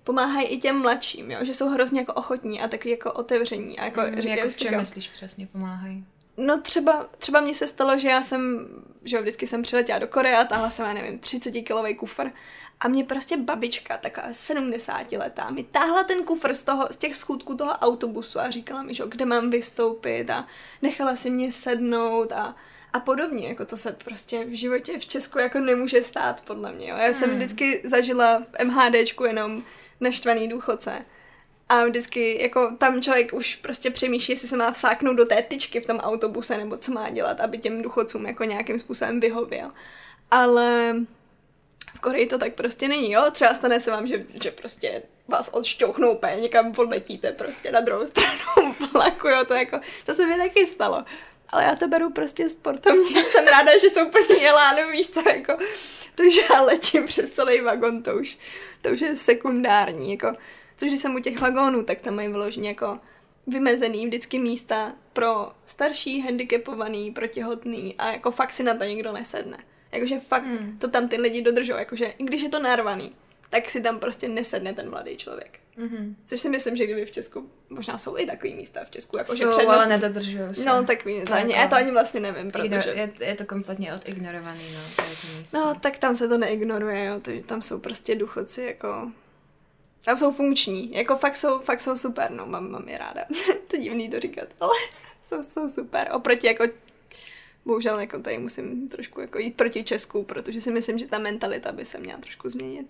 pomáhají i těm mladším, jo? Že jsou hrozně jako ochotní a taky jako otevření. A jako,
Mm,
říkají,
jako v čem
říkám,
myslíš přesně pomáhají?
No třeba, třeba mně se stalo, že já jsem, že jo, vždycky jsem přiletěla do Koreje a táhla jsem, já nevím, třicetikilový kufr a mě prostě babička, taková sedmdesátiletá, mi táhla ten kufr z, toho, z těch schůdků toho autobusu a říkala mi, že jo, kde mám vystoupit a nechala si mě sednout a, a podobně, jako to se prostě v životě v Česku jako nemůže stát, podle mě, jo. Já jsem
Hmm.
vždycky zažila v MHDčku jenom naštvaný důchodce. A vždycky, jako tam člověk už prostě přemýšlí, jestli se má vsáknout do té tyčky v tom autobuse, nebo co má dělat, aby těm důchodcům jako nějakým způsobem vyhověl. Ale v Koreji to tak prostě není, jo? Třeba stane se vám, že, že prostě vás odšťouchnou úplně, někam odletíte prostě na druhou stranu vlaku, jo? To, jako, to se mi taky stalo. Ale já to beru prostě sportovně. Jsem ráda, že jsou plný elánu, víš co, jako to, že já letím přes celý vagon, to už, to už je sekundární, jako. Což když jsem u těch vagónů, tak tam mají vyloženě jako vymezený vždycky místa pro starší, handicapovaný, pro těhotný a jako fakt si na to nikdo nesedne. Jakože fakt hmm. to tam ty lidi dodržou, jakože i když je to narvaný, tak si tam prostě nesedne ten mladý člověk. Mm-hmm. Což si myslím, že kdyby v Česku, možná jsou i takový místa v Česku, jakože
jsou,
přednostní.
ale nedodržují se.
No, takový, to ani, já to ani vlastně nevím, protože...
Je, je to kompletně odignorovaný, no, to místa.
No, tak tam se to neignoruje, jo, takže tam jsou prostě důchodci, jako... Tam jsou funkční, jako fakt jsou, fakt jsou super, no, mám, mám je ráda. To je divný to říkat, ale jsou, jsou super. Oproti jako, bohužel jako tady musím trošku jako jít proti Česku, protože si myslím, že ta mentalita by se měla trošku změnit.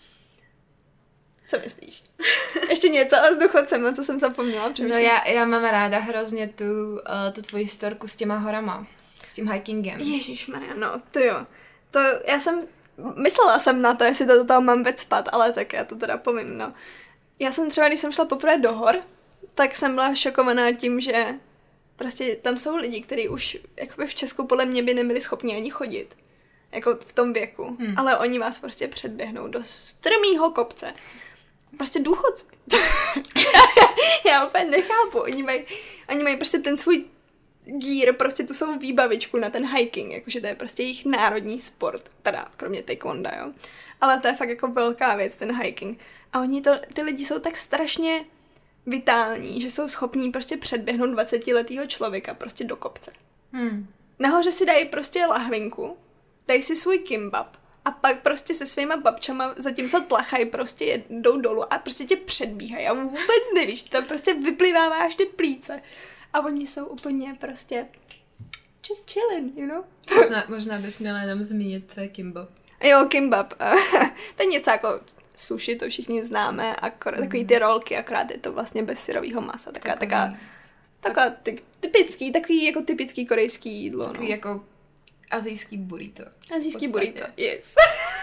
Co myslíš? Ještě něco a s důchodcem, na co jsem zapomněla přemýšlet?
No já, já mám ráda hrozně tu, uh, tu tvoji storku s těma horama, s tím hikingem.
Ježišmarja, no, ty jo. To, já jsem, myslela jsem na to, jestli to do toho mám vecpat, ale tak já to teda povím, no. Já jsem třeba, když jsem šla poprvé do hor, tak jsem byla šokovaná tím, že prostě tam jsou lidi, kteří už jakoby v Česku podle mě by nebyli schopni ani chodit. Jako v tom věku. Hmm. Ale oni vás prostě předběhnou do strmýho kopce. Prostě důchodci. Já úplně nechápu. Oni mají, oni mají prostě ten svůj gear, prostě tu svou výbavičku na ten hiking, jakože to je prostě jejich národní sport, teda kromě taekwonda, jo. Ale to je fakt jako velká věc, ten hiking. A oni to, ty lidi jsou tak strašně vitální, že jsou schopní prostě předběhnout dvacetiletýho člověka prostě do kopce. Hmm. Nahoře si dají prostě lahvinku, dají si svůj kimbap a pak prostě se svýma babčama, zatímco tlachají, prostě jdou dolů a prostě tě předbíhají a vůbec nevíš, tam prostě vypliváváš ty plíce a oni jsou úplně prostě just chilling, you know?
Možná, možná bys měla jenom zmínit, co je kimbap.
Jo, kimbap. To je něco jako sushi, to všichni známe, akor, mm. takový ty rolky, akorát je to vlastně bez syrového masa, taková, takový, taková, taková ty, typický, takový jako typický korejský jídlo.
Takový
no.
jako azijský burrito.
Azijský burrito, yes.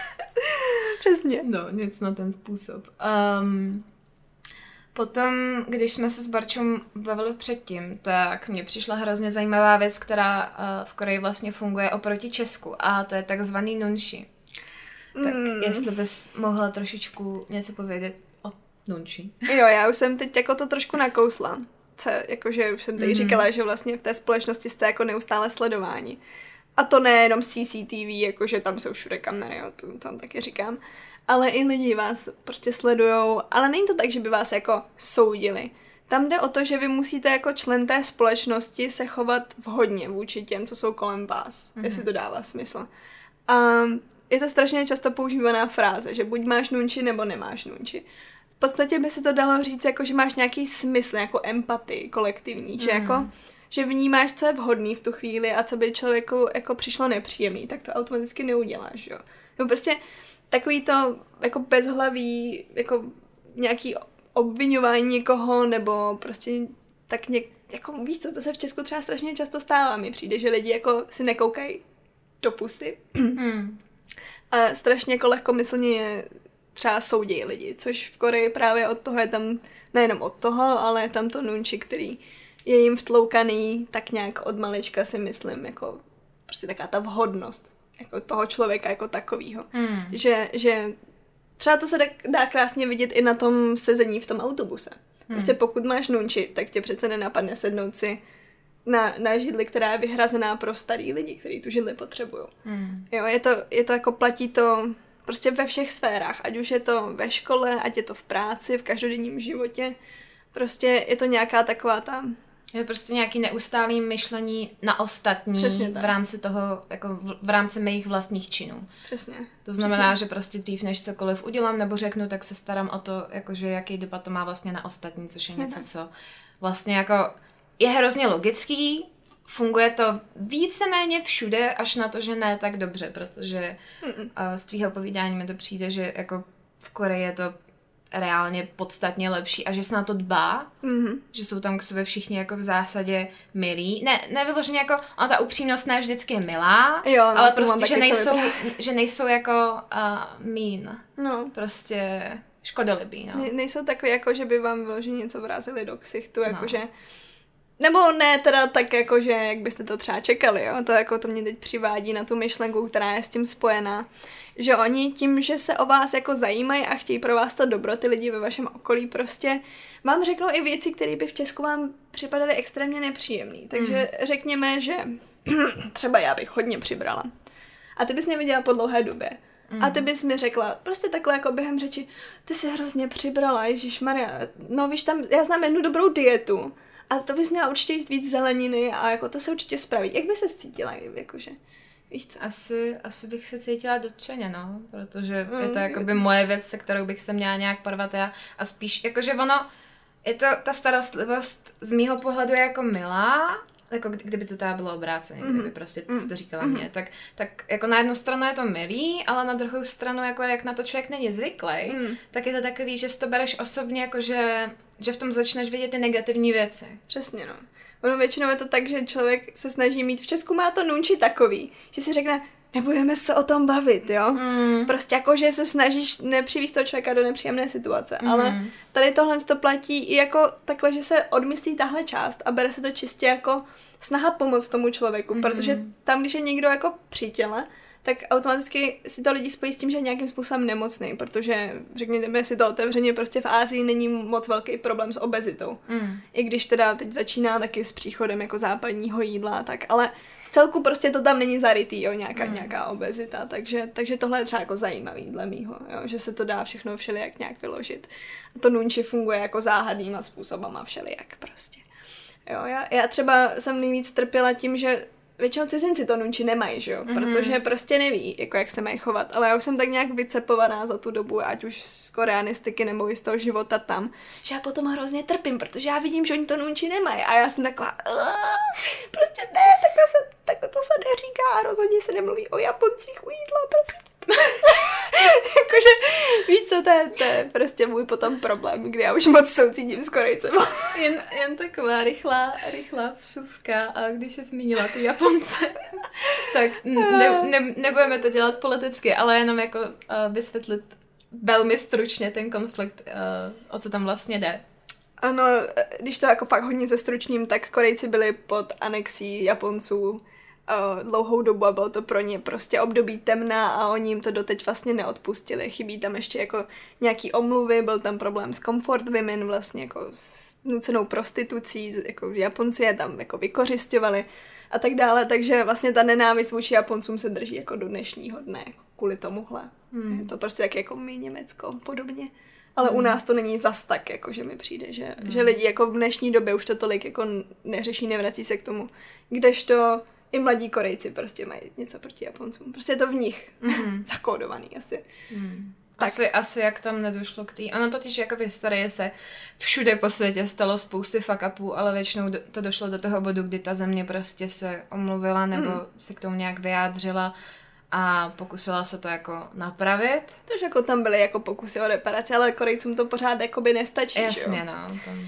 Přesně.
No, něco na ten způsob. Um, potom, když jsme se s Barčou bavili předtím, tak mně přišla hrozně zajímavá věc, která uh, v Koreji vlastně funguje oproti Česku, a to je takzvaný nunchi. Tak mm. jestli bys mohla trošičku něco povědět o nunchi. Jo, já už jsem teď jako to trošku nakousla. Co, jakože už jsem tady mm. říkala, že vlastně v té společnosti jste jako neustále sledování. A to nejenom C C T V, jakože tam jsou všude kamery, jo, to tam taky říkám. Ale i lidi vás prostě sledujou, ale není to tak, že by vás jako soudili. Tam jde o to, že vy musíte jako člen té společnosti se chovat vhodně vůči těm, co jsou kolem vás, mm. jestli to dává smysl. A je to strašně často používaná fráze, že buď máš nunči, nebo nemáš nunči. V podstatě by se to dalo říct, jako, že máš nějaký smysl, jako empatii kolektivní, mm. že jako že vnímáš, co je vhodný v tu chvíli a co by člověku jako přišlo nepříjemný, tak to automaticky neuděláš, jo. No prostě takový to jako bezhlaví, jako nějaký obviňování někoho, nebo prostě tak něk, jako víš co, to se v Česku třeba strašně často stává, mi přijde, že lidi jako si nekoukají do pusy hmm. a strašně jako lehkomyslně je třeba soudějí lidi, což v Koreji právě od toho je tam, nejenom od toho, ale je tam to nunči, který je jim vtloukaný tak nějak od malička, si myslím, jako prostě taková ta vhodnost jako toho člověka jako takovýho. Hmm. Že, že třeba to se dá, dá krásně vidět i na tom sezení v tom autobuse. Hmm. Prostě pokud máš nunči, tak tě přece nenapadne sednout si na, na židli, která je vyhrazená pro starý lidi, kteří tu židli potřebují. Hmm. Jo, je to, je to jako platí to
Prostě ve všech sférách, ať už je to ve škole, ať je to v práci, v každodenním životě. Prostě je to nějaká taková ta...
Je prostě nějaký neustálý myšlení na ostatní v rámci toho, jako v, v rámci mých vlastních činů.
Přesně.
To znamená,
Přesně.
že prostě dřív, než cokoliv udělám nebo řeknu, tak se starám o to, jakože jaký dopad to má vlastně na ostatní, což je
Přesně
něco,
tak.
co vlastně jako je hrozně logický, funguje to víceméně všude, až na to, že ne tak dobře, protože uh, z tvýho povídání mi to přijde, že jako v Koreji je to reálně podstatně lepší a že se na to dbá,
Mm-hmm.
že jsou tam k sobě všichni jako v zásadě milí. Ne, nevyloženě jako, ona ta upřímnost ne vždycky je milá,
Jo, no,
ale
to mám
prostě, že
taky, co
nejsou,
vypadá.
že nejsou jako uh, mean.
No.
Prostě škodolibý, no.
Ne, nejsou takový, jako že by vám vyloženě něco vrazili do ksichtu, jakože...
No.
Nebo ne teda tak, jako že jak byste to třeba čekali, jo? To jako to mě teď přivádí na tu myšlenku, která je s tím spojená. Že oni tím, že se o vás jako zajímají a chtějí pro vás to dobro, ty lidi ve vašem okolí prostě vám řeknou i věci, které by v Česku vám připadaly extrémně nepříjemný. Takže mm. řekněme, že třeba já bych hodně přibrala. A ty bys mě viděla po dlouhé době. Mm. A ty bys mi řekla, prostě takhle jako během řeči, ty jsi hrozně přibrala, ježišmarja, no víš tam, já znám jednu dobrou dietu. A to bys měla určitě jíst víc zeleniny a jako to se určitě spraví. Jak by se cítila, jakože, víš co?
Asi, asi bych se cítila dotčeně, no, protože
Mm.
je to jakoby moje věc, se kterou bych se měla nějak porvat já a spíš, jakože ono, je to, ta starostlivost z mýho pohledu je jako milá, jako kdy- kdyby to teda bylo obráceně,
Mhm.
kdyby prostě ty jsi to říkala
Mhm.
mě, tak, tak jako na jednu stranu je to milý, ale na druhou stranu, jako jak na to člověk není zvyklý,
Mm.
tak je to takový, že si to bereš osobně, jako že, že v tom začneš vidět ty negativní věci.
Přesně, no. Ono většinou je to tak, že člověk se snaží mít, v Česku má to nunči takový, že si řekne, nebudeme se o tom bavit, jo?
Mm.
Prostě jako, že se snažíš nepřivízt toho člověka do nepříjemné situace,
Mm.
ale tady tohle to platí i jako takhle, že se odmyslí tahle část a bere se to čistě jako snaha pomoct tomu člověku,
Mm.
protože tam, když je někdo jako při těle, tak automaticky si to lidi spojí s tím, že je nějakým způsobem nemocný, protože řekněme si to otevřeně, prostě v Asii není moc velký problém s obezitou.
Mm.
I když teda teď začíná taky s příchodem jako západního jídla, tak ale v celku prostě to tam není zarytý, jo, nějaká,
Mm.
nějaká obezita, takže, takže tohle je třeba jako zajímavý dle mýho, jo, že se to dá všechno všelijak nějak vyložit. A to nunči funguje jako záhadnýma způsobama všelijak prostě. Jo, já, já třeba jsem nejvíc trpěla tím, že většinou cizinci to nunči nemají, že jo,
Mhm.
protože prostě neví, jako jak se mají chovat, ale já už jsem tak nějak vycepovaná za tu dobu, ať už z koreanistiky nebo i z toho života tam, že já potom hrozně trpím, protože já vidím, že oni to nunči nemají a já jsem taková, prostě ne, takhle, se, takhle to se neříká a rozhodně se nemluví o Japoncích u jídla, prostě. Jakože, víš co, to je, to je prostě můj potom problém, kdy já už moc soucítím s Korejcem.
Jen, jen taková rychlá, rychlá vsuvka, a když se zmínila ty Japonce, tak ne, ne, nebudeme to dělat politicky, ale jenom jako uh, vysvětlit velmi stručně ten konflikt, uh, o co tam vlastně jde.
Ano, když to jako fakt hodně zestručním, tak Korejci byli pod anexí Japonců uh, dlouhou dobu a bylo to pro ně prostě období temna a oni jim to doteď vlastně neodpustili. Chybí tam ještě jako nějaký omluvy, byl tam problém s comfort women, vlastně jako s nucenou prostitucí, jako Japonci je tam jako vykořisťovali a tak dále, takže vlastně ta nenávist vůči Japoncům se drží jako do dnešního dne kvůli tomuhle. Hmm. Je to prostě jak jako my Německo podobně. Ale hmm. u nás to není zas tak, jako že mi přijde, že, hmm. že lidi jako v dnešní době už to tolik jako neřeší, nevrací se k tomu. Kdežto i mladí Korejci prostě mají něco proti Japoncům. Prostě je to v nich hmm. zakódovaný asi.
Hmm. Asi, asi jak tam nedošlo k té... Ono totiž jako v historii se všude po světě stalo spousty fuck upů, ale většinou do, to došlo do toho bodu, kdy ta země prostě se omluvila nebo hmm. se k tomu nějak vyjádřila a pokusila se to jako napravit.
Tož jako tam byly jako pokusy o reparaci, ale Korejcům to pořád jakoby nestačí,
Jasně,
jo?
no. Tam...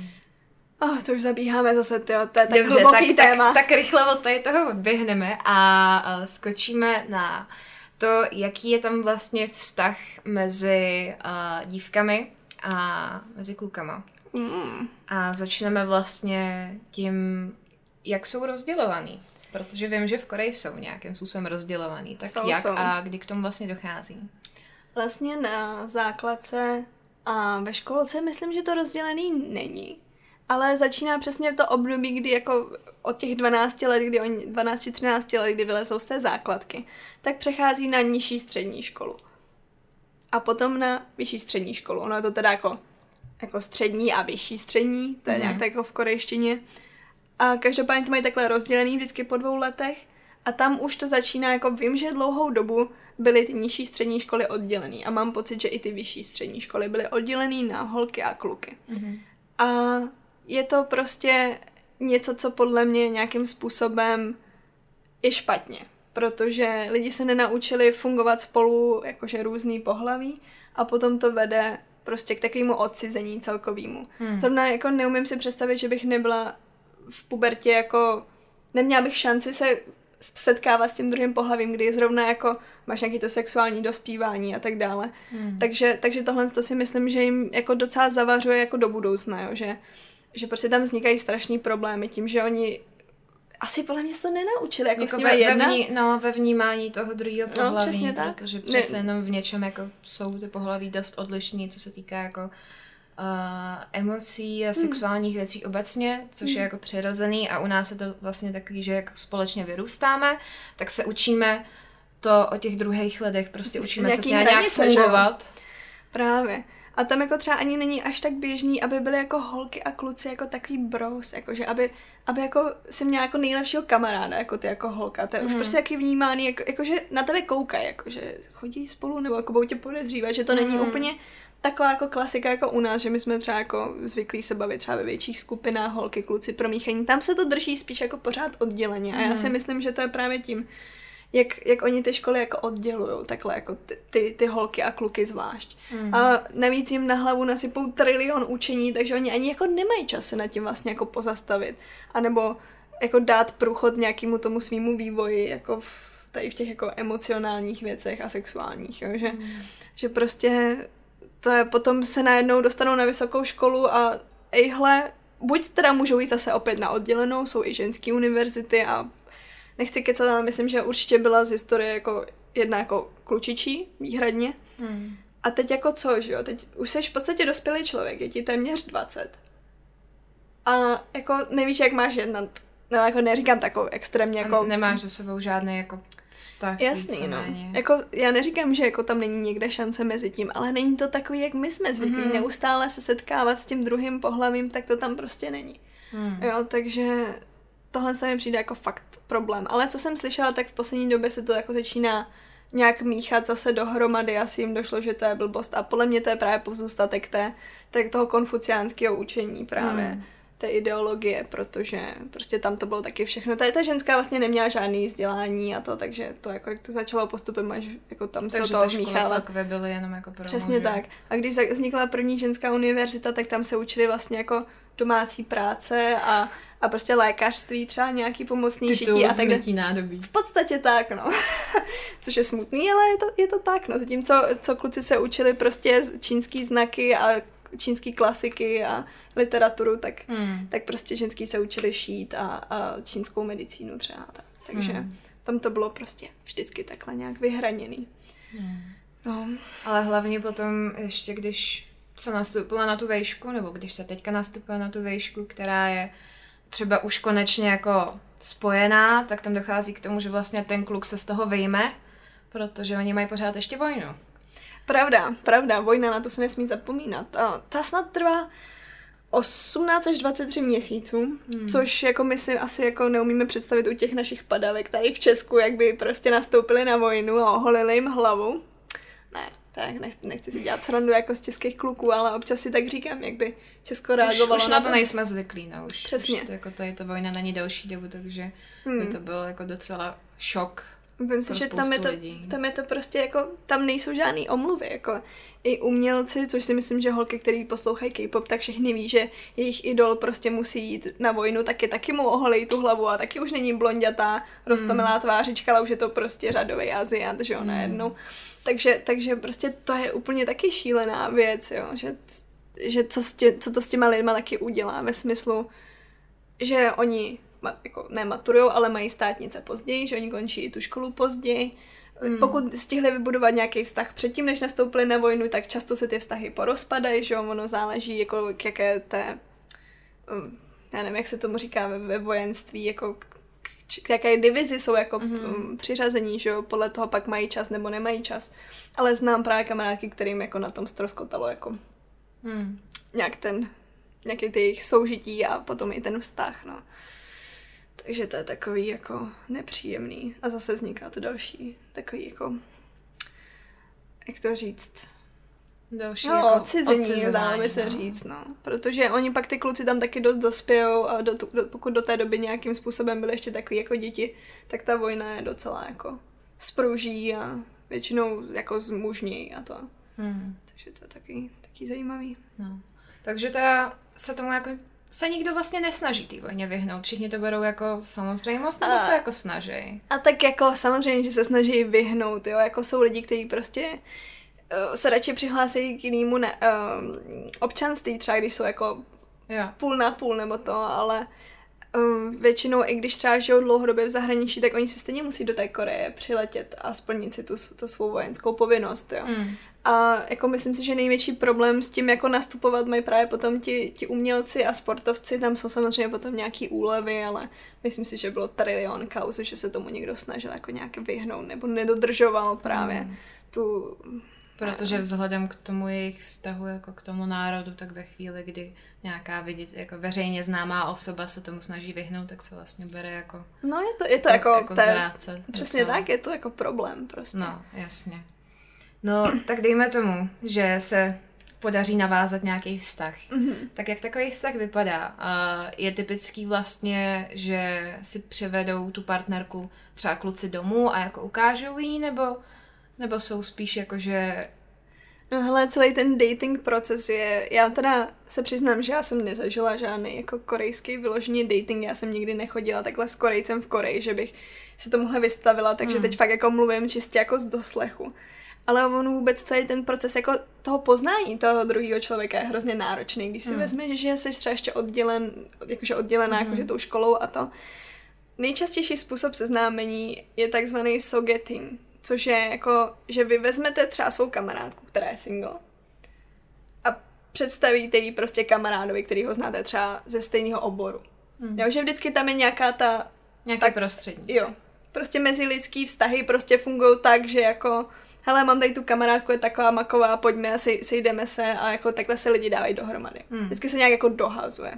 Oh, to už zabíháme zase, tyjo, to je tak
Dobře,
hluboký
tak,
téma.
Tak, tak rychle od tady toho odběhneme a uh, skočíme na to, jaký je tam vlastně vztah mezi uh, dívkami a mezi klukama.
Mm.
A začneme vlastně tím, jak jsou rozdělovaný. Protože vím, že v Koreji jsou nějakým způsobem rozdělovaný. Tak
jsou,
jak
jsou.
a kdy k tomu vlastně dochází?
Vlastně na základce a ve školce myslím, že to rozdělený není. Ale začíná přesně to období, kdy jako od těch dvanácti let, kdy oni, dvanáct třináct let, kdy vylezou z té základky, tak přechází na nižší střední školu. a potom na vyšší střední školu. Ono je to teda jako, jako střední a vyšší střední, to je mm-hmm. nějak tak jako v korejštině. A každopádně to mají takhle rozdělený vždycky po dvou letech a tam už to začíná, jako vím, že dlouhou dobu byly ty nižší střední školy oddělený a mám pocit, že i ty vyšší střední školy byly oddělený na holky a kluky. Mm-hmm. A je to prostě něco, co podle mě nějakým způsobem je špatně, protože lidi se nenaučili fungovat spolu jakože různý pohlaví a potom to vede prostě k takovému odcizení celkovýmu. Hmm. Zrovna jako neumím si představit, že bych nebyla v pubertě jako, neměla bych šanci se setkávat s tím druhým pohlavím, kdy zrovna jako máš nějaký to sexuální dospívání a tak dále. Hmm. Takže, takže tohle to si myslím, že jim jako docela zavařuje jako do budoucna, jo? Že, že prostě tam vznikají strašný problémy tím, že oni asi podle mě se to nenaučili, jako, jako s
ve,
jedna.
Ve, vní, no, ve vnímání toho druhého pohlaví,
no, přesně tak.
Protože přece ne. jenom v něčem jako jsou ty pohlaví dost odlišní, co se týká jako uh, emocí a sexuálních hmm. věcí obecně, což hmm. je jako přirozený a u nás je to vlastně takový, že jak společně vyrůstáme, tak se učíme to o těch druhých lidech, prostě učíme se s nějak fungovat.
Právě. A tam jako třeba ani není až tak běžný, aby byly jako holky a kluci jako takový bros, jakože aby, aby jako si měla jako nejlepšího kamaráda, jako ty jako holka. To je mm. už prostě jaký vnímání, jako, jakože na tebe koukají, jakože chodí spolu nebo jako budou tě podezřívat, že to není mm. úplně taková jako klasika jako u nás, že my jsme třeba jako zvyklí se bavit třeba ve větších skupinách, holky, kluci, promíchaní. Tam se to drží spíš jako pořád odděleně a já si myslím, že to je právě tím, Jak, jak oni ty školy jako oddělujou, takhle jako ty, ty, ty holky a kluky zvlášť. Mm. A navíc jim na hlavu nasypou trilion učení, takže oni ani jako nemají čas se nad tím vlastně jako pozastavit. A nebo jako dát průchod nějakému tomu svýmu vývoji, jako v, tady v těch jako emocionálních věcech a sexuálních, jo? Že, mm. že prostě to je, potom se najednou dostanou na vysokou školu a ejhle, buď teda můžou jít zase opět na oddělenou, jsou i ženské univerzity a nechci kecat, ale myslím, že určitě byla z historie jako jedna jako klučičí výhradně. Hmm. A teď jako co, že jo? Teď už jsi v podstatě dospělý člověk, je ti téměř dvacet. A jako nevíš, jak máš jednat. No jako neříkám takovou extrémně jako...
Nemáš za sebou žádný jako vztah.
Jasný, no. Jako já neříkám, že jako tam není někde šance mezi tím, ale není to takový, jak my jsme zvyklí. Hmm. Neustále se setkávat s tím druhým pohlavím, tak to tam prostě není. Hmm. Jo, takže... Tohle se mi přijde jako fakt problém. Ale co jsem slyšela, tak v poslední době se to jako začíná nějak míchat zase dohromady. Asi jim došlo, že to je blbost. A podle mě to je právě pozůstatek té, té toho konfuciánského učení právě. Hmm. Té ideologie, protože prostě tam to bylo taky všechno. Ta, ta ženská vlastně neměla žádný vzdělání a to, takže to jako jak to začalo postupem, až jako tam se
takže
do toho vmíchala.
Takže byly jenom jako pro
přesně muži. Tak. A když vznikla první ženská univerzita, tak tam se učili vlastně jako domácí práce a, a prostě lékařství, třeba nějaký pomocný šití a tak
nádobí.
V podstatě tak, no. Což je smutný, ale je to, je to tak, no. Zatímco co kluci se učili prostě čínský znaky a čínský klasiky a literaturu, tak, hmm. tak prostě ženský se učili šít a, a čínskou medicínu třeba. Tak. Takže hmm. tam to bylo prostě vždycky takhle nějak vyhraněný. Hmm. No.
Ale hlavně potom ještě, když se nastoupila na tu vejšku, nebo když se teďka nastupila na tu vejšku, která je třeba už konečně jako spojená, tak tam dochází k tomu, že vlastně ten kluk se z toho vyjme, protože oni mají pořád ještě vojnu.
Pravda, pravda, vojna, na to se nesmí zapomínat. A ta snad trvá osmnáct až dvacet tři měsíců, hmm. což jako my si asi jako neumíme představit u těch našich padavek tady v Česku, jak by prostě nastoupili na vojnu a oholili jim hlavu. Ne, tak nechci, nechci si dělat srandu jako z českých kluků, ale občas si tak říkám, jak by Česko reagovalo.
Už, už na to nejsme zvyklí, no už.
Přesně.
Už to, jako tady ta vojna není další dobu, takže hmm. by to byl jako docela šok.
Vím si, že tam je, to, tam je to prostě jako, tam nejsou žádný omluvy, jako i umělci, což si myslím, že holky, který poslouchají K-pop, tak všechny ví, že jejich idol prostě musí jít na vojnu, taky taky mu oholí tu hlavu a taky už není blondětá, roztomilá tvářička, ale už je to prostě řadový Aziat, že jo, mm. najednou. Takže, takže prostě to je úplně taky šílená věc, jo, že, že co, tě, co to s těma lidma taky udělá ve smyslu, že oni jako nematurujou, ale mají státnice později, že oni končí tu školu později. Hmm. Pokud stihli vybudovat nějaký vztah předtím, než nastoupili na vojnu, tak často se ty vztahy porozpadají, že ono záleží, jako k jaké té, já nevím, jak se tomu říká ve, ve vojenství, jako k jaké divizi jsou jako mm. přiřazení, že jo, podle toho pak mají čas nebo nemají čas. Ale znám právě kamarádky, kterým jako na tom ztroskotalo jako mm. nějak ten, nějaký ty jejich soužití a potom i ten vztah, no. Takže to je takový jako nepříjemný. A zase vzniká to další takový jako, jak to říct,
další
no,
jako
odcizení, dalo by se no. říct, no. Protože oni pak ty kluci tam taky dost dospějou a do, do, pokud do té doby nějakým způsobem byly ještě takový jako děti, tak ta vojna je docela jako spruží a většinou jako zmužnějí a to. Hmm. Takže to je taky, taky zajímavý.
No. Takže ta se tomu jako se nikdo vlastně nesnaží té vojně vyhnout. Všichni to berou jako samozřejmost, nebo a, se jako snaží?
A tak jako samozřejmě, že se snaží vyhnout, jo. Jako jsou lidi, kteří prostě uh, se radši přihlásí k jinému ne, uh, občanství, třeba když jsou jako jo. půl na půl nebo to, ale um, většinou, i když třeba žijou dlouhodobě v zahraničí, tak oni si stejně musí do té Koreje přiletět a splnit si tu, tu svou vojenskou povinnost, jo. Mm. A jako myslím si, že největší problém s tím, jako nastupovat, mají právě potom ti, ti umělci a sportovci, tam jsou samozřejmě potom nějaký úlevy, ale myslím si, že bylo trilion kauz, že se tomu někdo snažil jako nějak vyhnout nebo nedodržoval právě mm. tu...
Protože vzhledem k tomu jejich vztahu jako k tomu národu, tak ve chvíli, kdy nějaká vidět, jako veřejně známá osoba se tomu snaží vyhnout, tak se vlastně bere jako...
No je to, je to jako... jako
te, zrádce,
přesně docela. Tak, je to jako problém prostě.
No, jasně. No, tak dejme tomu, že se podaří navázat nějaký vztah. Mm-hmm. Tak jak takový vztah vypadá? Je typický vlastně, že si přivedou tu partnerku třeba kluci domů a jako ukážou jí, nebo, nebo jsou spíš jako, že...
No hele, celý ten dating proces je... Já teda se přiznám, že já jsem nezažila žádný jako korejský vyložený dating, já jsem nikdy nechodila takhle s Korejcem v Koreji, že bych se tomuhle vystavila, takže mm. teď fakt jako mluvím čistě jako z doslechu. Ale on vůbec celý ten proces jako toho poznání toho druhého člověka je hrozně náročný. Když si mm. vezmeš, že jsi třeba ještě oddělen, jakože oddělená mm. jakože tou školou a to. Nejčastější způsob seznámení je takzvaný sogetting, což je jako, že vy vezmete třeba svou kamarádku, která je single, a představíte jí prostě kamarádovi, který ho znáte třeba ze stejného oboru. Mm. Jo, že vždycky tam je nějaká ta...
Nějaký tak, prostředník.
Jo. Prostě mezilidský vztahy prostě fungují tak, že jako... Hele, mám tady tu kamarádku, je taková maková, pojďme a sejdeme se a jako takhle se lidi dávají dohromady. Hmm. Vždycky se nějak jako dohazuje.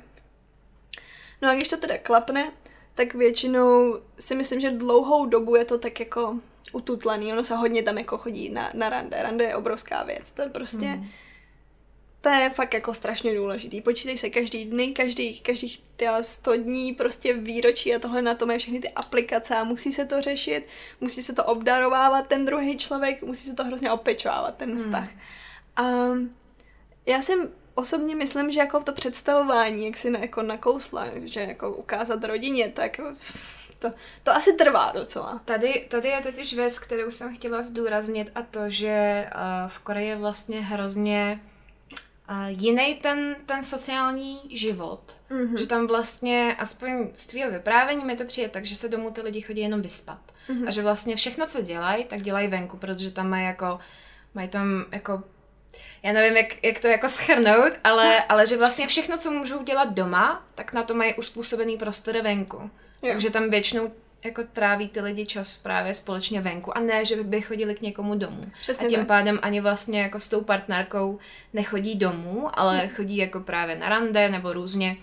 No a když to teda klapne, tak většinou si myslím, že dlouhou dobu je to tak jako ututlaný. Ono se hodně tam jako chodí na, na rande. Rande je obrovská věc. To je prostě... Hmm. To je fakt jako strašně důležitý. Počítej se každý dny, každých, každých sto dní prostě výročí a tohle na tom je všechny ty aplikace a musí se to řešit, musí se to obdarovávat ten druhý člověk, musí se to hrozně opečovávat ten vztah. Hmm. A já si osobně myslím, že jako to představování, jak si na, jako nakousla, že jako ukázat rodině, tak to, to asi trvá docela.
Tady, tady je totiž věc, kterou jsem chtěla zdůraznit a to, že uh, v Koreji je vlastně hrozně Uh, jiný ten, ten sociální život, mm-hmm. že tam vlastně, aspoň z tvýho vyprávění mi to přijde tak, že se domů ty lidi chodí jenom vyspat. Mm-hmm. A že vlastně všechno, co dělají, tak dělají venku, protože tam mají jako, mají tam jako, já nevím, jak, jak to jako shrnout, ale, ale že vlastně všechno, co můžou dělat doma, tak na to mají uspůsobený prostory venku. Jo. Takže tam většinou jako tráví ty lidi čas právě společně venku a ne, že by chodili k někomu domů. Přesně a tím tak. Pádem ani vlastně jako s tou partnerkou nechodí domů, ale hmm. chodí jako právě na rande nebo různě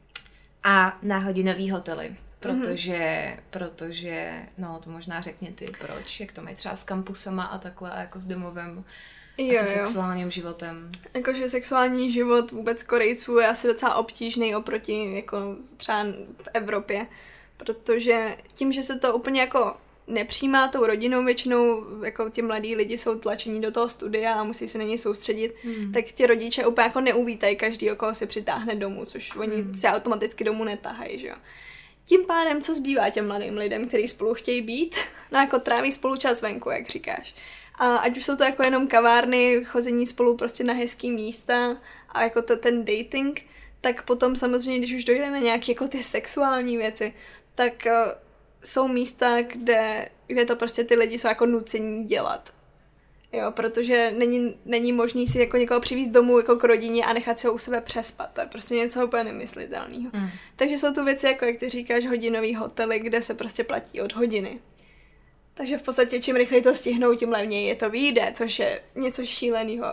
a na hodinový hotely. Protože, hmm. protože, no to možná řekni ty proč, jak to mají třeba s kampusama a takhle a jako s domovem
jo,
a se sexuálním životem.
Jakože sexuální život vůbec Korejců je asi docela obtížný oproti jako třeba v Evropě. Protože tím, že se to úplně jako nepřijímá tou rodinou, většinou jako ti mladí lidi jsou tlačení do toho studia a musí se na něj soustředit, hmm. tak ti rodiče úplně jako neuvítají každý, koho si přitáhne domů, což oni hmm. se automaticky domů netahají, že jo. Tím pádem, co zbývá těm mladým lidem, kteří spolu chtějí být, no jako tráví spolu čas venku, jak říkáš. A ať už jsou to jako jenom kavárny, chození spolu prostě na hezký místa a jako to, ten dating, tak potom samozřejmě, když už dojde na nějaké jako ty sexuální věci, tak uh, jsou místa, kde, kde to prostě ty lidi jsou jako nucení dělat. Jo, protože není, není možný si jako někoho přivízt domů jako k rodině a nechat si ho u sebe přespat. To je prostě něco úplně nemyslitelného. Mm. Takže jsou tu věci, jako jak ty říkáš, hodinový hotely, kde se prostě platí od hodiny. Takže v podstatě čím rychleji to stihnou, tím levněji je to vyjde, což je něco šíleného.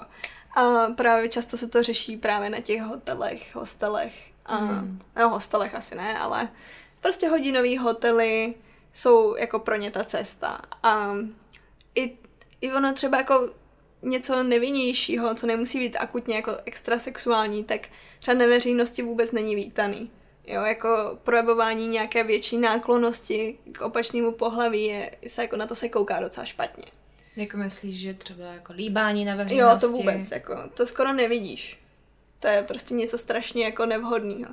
A právě často se to řeší právě na těch hotelech, hostelech. A, mm. No, hostelech asi ne, ale prostě hodinový hotely jsou jako pro ně ta cesta. A i, i ono třeba jako něco nevinnějšího, co nemusí být akutně jako extra sexuální, tak třeba na veřejnosti vůbec není vítaný. Jo, jako projevování nějaké větší náklonnosti k opačnému pohlaví je, se jako na to se kouká docela špatně.
Jako myslíš, že třeba jako líbání na veřejnosti?
Jo, to vůbec, jako, to skoro nevidíš. To je prostě něco strašně jako nevhodného.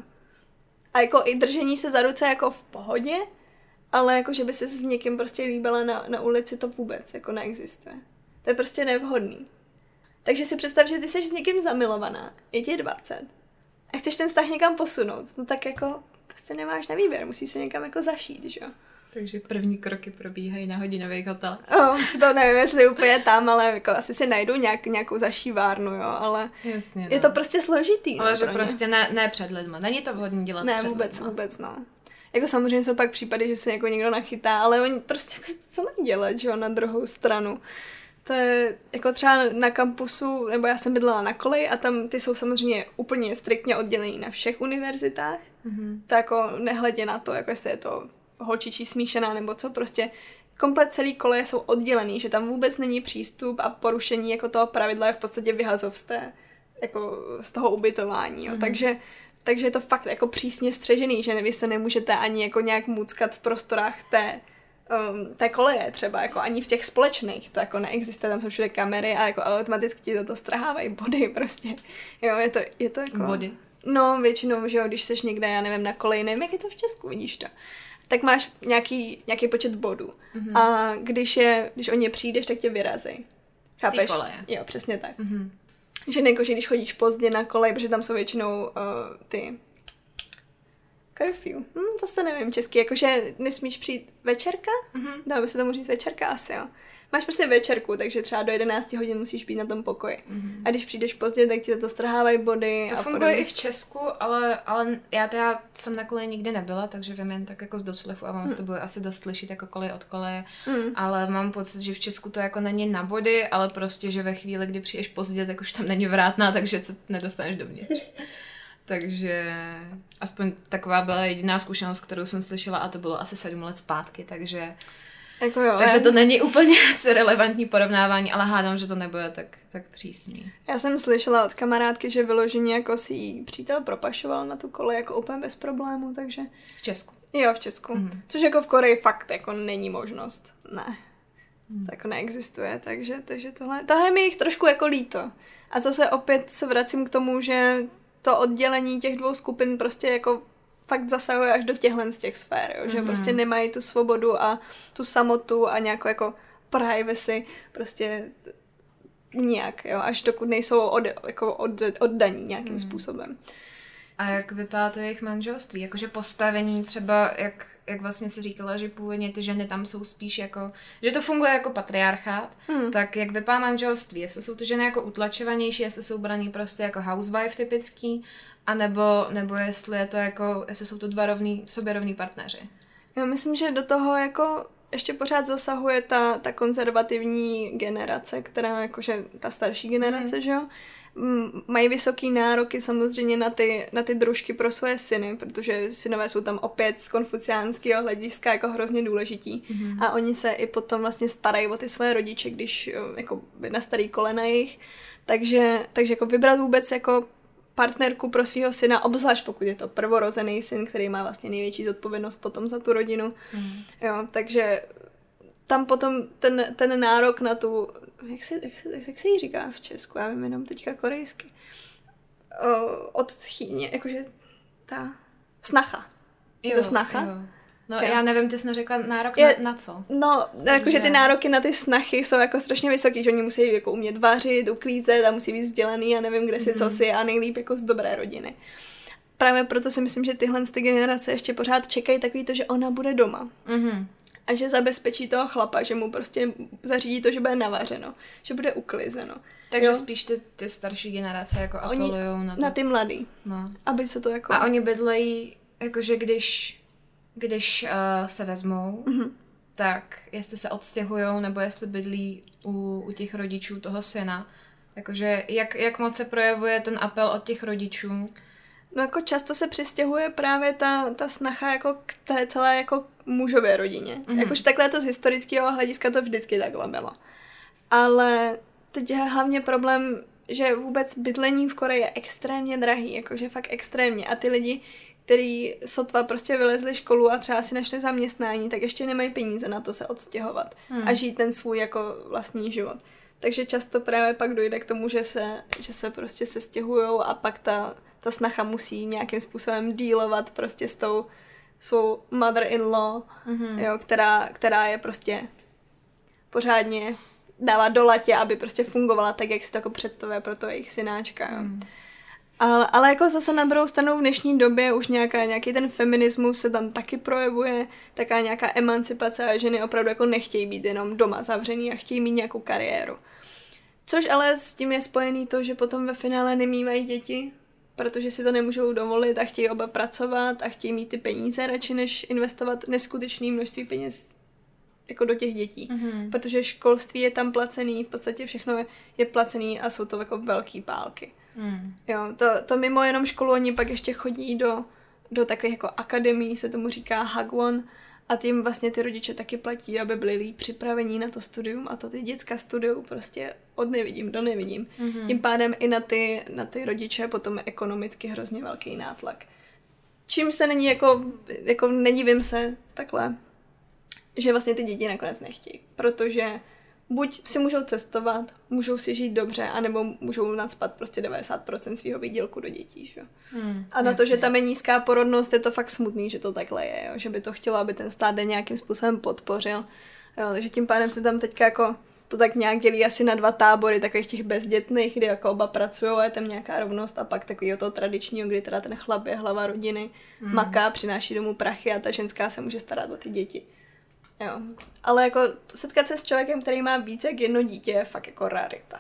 A jako i držení se za ruce jako v pohodě, ale jako, že by se s někým prostě líbila na, na ulici, to vůbec jako neexistuje. To je prostě nevhodný. Takže si představ, že ty jsi s někým zamilovaná, je ti dvacet a chceš ten vztah někam posunout, no tak jako prostě nemáš na výběr, musíš se někam jako zašít, že jo.
Takže první kroky probíhají na hodinových hotelech.
Oh, to nevím, jestli úplně tam, ale jako asi si najdu nějak, nějakou zašívárnu, jo, ale
jasně, no.
Je to prostě složitý.
Ale
no,
že prostě ne, ne před lidma, není to vhodný dělat
ne,
před
vůbec,
lidma.
vůbec, no. Jako samozřejmě jsou pak případy, že se jako někdo nachytá, ale oni prostě jako co mají dělat, že jo, na druhou stranu. To je jako třeba na kampusu, nebo já jsem bydlela na koleji a tam ty jsou samozřejmě úplně striktně oddělený na všech univerzitách. Mm-hmm. To jako nehledě na to, jako jestli je to holčičí smíšená nebo co, prostě komplet celý koleje jsou oddělený, že tam vůbec není přístup a porušení jako toho pravidla je v podstatě vyhazov z, té, jako z toho ubytování, jo. Mm-hmm. Takže, takže je to fakt jako přísně střežený, že vy se nemůžete ani jako nějak muckat v prostorách té Um, té koleje třeba, jako ani v těch společných, to jako neexistuje, tam jsou všude kamery a jako automaticky ti za to strhávají body prostě, jo, je to, je to jako...
Body?
No, většinou, že jo, když seš někde, já nevím, na koleji, nevím, jak je to v Česku, vidíš to, tak máš nějaký, nějaký počet bodů mm-hmm. a když je, když o ně přijdeš, tak tě vyrazej. Chápeš? Jo, přesně tak. Mm-hmm. Že ne, že když chodíš pozdě na kolej, protože tam jsou většinou uh, ty... Curfew. Hm, zase nevím česky, jakože nesmíš přijít večerka? Mm-hmm. Dá by se tomu říct večerka asi, jo. Máš prostě večerku, takže třeba do jedenácti hodin musíš být na tom pokoji. Mm-hmm. A když přijdeš pozdě, tak ti za to strhávají body.
To
a
funguje podobně i v Česku, ale, ale já teda jsem na koleji nikdy nebyla, takže vím jen tak jako z doslechu a mám mm. s tebou asi dost slyšet jako kolej od koleje, mm. ale mám pocit, že v Česku to jako není na body, ale prostě, že ve chvíli, kdy přijdeš pozdě, tak už tam není vrátná, takže se nedostaneš dovnitř. Takže aspoň taková byla jediná zkušenost, kterou jsem slyšela a to bylo asi sedm let zpátky, takže,
jako jo,
takže
já...
to není úplně asi relevantní porovnávání, ale hádám, že to nebude tak, tak přísný.
Já jsem slyšela od kamarádky, že vyloženě jako si jí přítel propašoval na tu kolej jako úplně bez problému, takže...
V Česku?
Jo, v Česku. Mm-hmm. Což jako v Koreji fakt jako není možnost. Ne. Mm. To jako neexistuje, takže, takže tohle... Tohle je mi jich trošku jako líto. A zase opět se vracím k tomu, že to oddělení těch dvou skupin prostě jako fakt zasahuje až do těchhle z těch sfér, jo? Že mm-hmm. prostě nemají tu svobodu a tu samotu a nějakou jako privacy prostě nějak, jo? Až dokud nejsou od, jako od, oddaní nějakým mm. způsobem.
A jak vypadá to jejich manželství? Jakože postavení třeba, jak, jak vlastně si říkala, že původně ty ženy tam jsou spíš jako, že to funguje jako patriarchát, hmm. tak jak vypadá manželství? Jestli jsou ty ženy jako utlačovanější, jestli jsou braný prostě jako housewife typický, anebo, nebo jestli je to jako, jestli jsou to dva rovný, sobě rovný partneři?
Já myslím, že do toho jako ještě pořád zasahuje ta, ta konzervativní generace, která jakože ta starší generace, hmm. že jo? Mají vysoký nároky samozřejmě na ty, na ty družky pro svoje syny, protože synové jsou tam opět z konfuciánského hlediska jako hrozně důležití. Mm-hmm. A oni se i potom vlastně starají o ty svoje rodiče, když jako na starý kolena jejich. Takže, takže jako vybrat vůbec jako partnerku pro svého syna, obzvlášť pokud je to prvorozený syn, který má vlastně největší zodpovědnost potom za tu rodinu. Mm. Jo, takže tam potom ten, ten nárok na tu, jak se, jak, se, jak se jí říká v Česku, já vím jenom teďka korejsky, o, od tchýně, jakože ta snacha.
Jo,
je to snacha?
Jo. No jo. Já nevím, ty jsi neřekla nárok
je,
na, na co?
No, jakože ty nároky na ty snachy jsou jako strašně vysoký, že oni musí jako umět vařit, uklízet a musí být vzdělaný a nevím kde si mm. co si a nejlíp jako z dobré rodiny. Právě proto si myslím, že tyhle z ty generace ještě pořád čekají takový to, že ona bude doma. Mm-hmm. a že zabezpečí toho chlapa, že mu prostě zařídí to, že bude navařeno, že bude uklizeno.
Takže
jo?
spíš ty, ty starší generace jako
oni
apelujou na to.
Na ty mladý.
No.
Aby se to jako...
A oni bydlejí, jakože když, když uh, se vezmou, mm-hmm. tak jestli se odstěhujou, nebo jestli bydlí u, u těch rodičů toho syna. Jakože jak, jak moc se projevuje ten apel od těch rodičů?
No jako často se přistěhuje právě ta, ta snaha jako k té celé jako mužové rodině. Mm-hmm. Jakože takhle to z historického hlediska to vždycky takhle bylo. Ale teď je hlavně problém, že vůbec bydlení v Koreji je extrémně drahý, jakože fakt extrémně. A ty lidi, který sotva prostě vylezli školu a třeba si našli zaměstnání, tak ještě nemají peníze na to se odstěhovat hmm. a žít ten svůj jako vlastní život. Takže často právě pak dojde k tomu, že se, že se prostě se stěhujou a pak ta, ta snacha musí nějakým způsobem dealovat prostě s tou svou mother-in-law, mm-hmm. jo, která, která je prostě pořádně dává do latě, aby prostě fungovala tak, jak si to jako představuje pro to jejich synáčka. Jo. Mm. Ale, ale jako zase na druhou stranu v dnešní době už nějaká, nějaký ten feminismus se tam taky projevuje, taká nějaká emancipace a ženy opravdu jako nechtějí být jenom doma zavřený a chtějí mít nějakou kariéru. Což ale s tím je spojený to, že potom ve finále nemývají děti, protože si to nemůžou dovolit a chtějí oba pracovat a chtějí mít ty peníze radši, než investovat neskutečné množství peněz jako do těch dětí. Mm-hmm. Protože školství je tam placený, v podstatě všechno je, je placený a jsou to jako velký pálky. Mm. Jo, to, to mimo jenom školu, oni pak ještě chodí do, do takových jako akademií, se tomu říká Hagwon, a tím vlastně ty rodiče taky platí, aby byli líp připravení na to studium a to ty děcka studují prostě od nevidím do nevidím. Mm-hmm. Tím pádem i na ty, na ty rodiče potom je ekonomicky hrozně velký nátlak. Čím se není jako, jako nedivím se takhle, že vlastně ty děti nakonec nechtějí, protože buď si můžou cestovat, můžou si žít dobře, anebo můžou nacpat prostě devadesát procent svého výdělku do dětí, že? Hmm, a na jasně. to, že tam je nízká porodnost, je to fakt smutný, že to takhle je, jo? Že by to chtělo, aby ten stát nějakým způsobem podpořil. Jo? Takže tím pádem se tam teďka jako to tak nějak dělí asi na dva tábory takových těch bezdětných, kdy jako oba pracují a je tam nějaká rovnost a pak takového toho tradičního, kdy teda ten chlap je hlava rodiny, hmm. maká, přináší domů prachy a ta ženská se může starat o ty děti. Jo, ale jako setkat se s člověkem, který má více jak jedno dítě, je fakt jako rarita.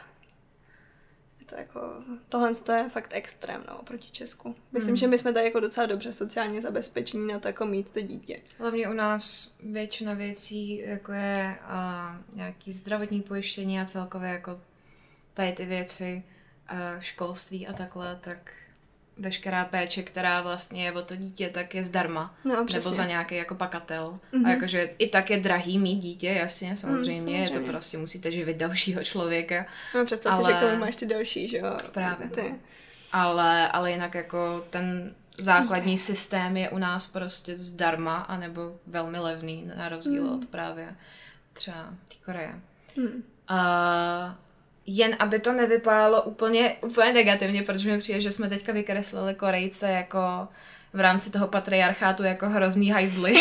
Je to jako, tohle je fakt extrém, no, oproti Česku. Myslím, hmm. že my jsme tady jako docela dobře sociálně zabezpečení na to, jako mít to dítě.
Hlavně u nás většina věcí, jako je uh, nějaký zdravotní pojištění a celkově jako tady ty věci, uh, školství a takhle, tak veškerá péče, která vlastně je o to dítě, tak je zdarma.
No,
nebo za nějaký jako pakatel. Mm-hmm. A jakože i tak je drahý mít dítě, jasně, samozřejmě. Mm, samozřejmě. Je to prostě, musíte živit dalšího člověka.
No představ ale... si, že k tomu máš ty další, že jo?
Právě. Ty. No. Ale, ale jinak jako ten základní je. systém je u nás prostě zdarma, anebo velmi levný, na rozdíl mm. od právě třeba té Koreje. Mm. A jen aby to nevypadalo úplně, úplně negativně, protože mi přijde, že jsme teďka vykreslili Korejce jako v rámci toho patriarchátu jako hrozný hajzly.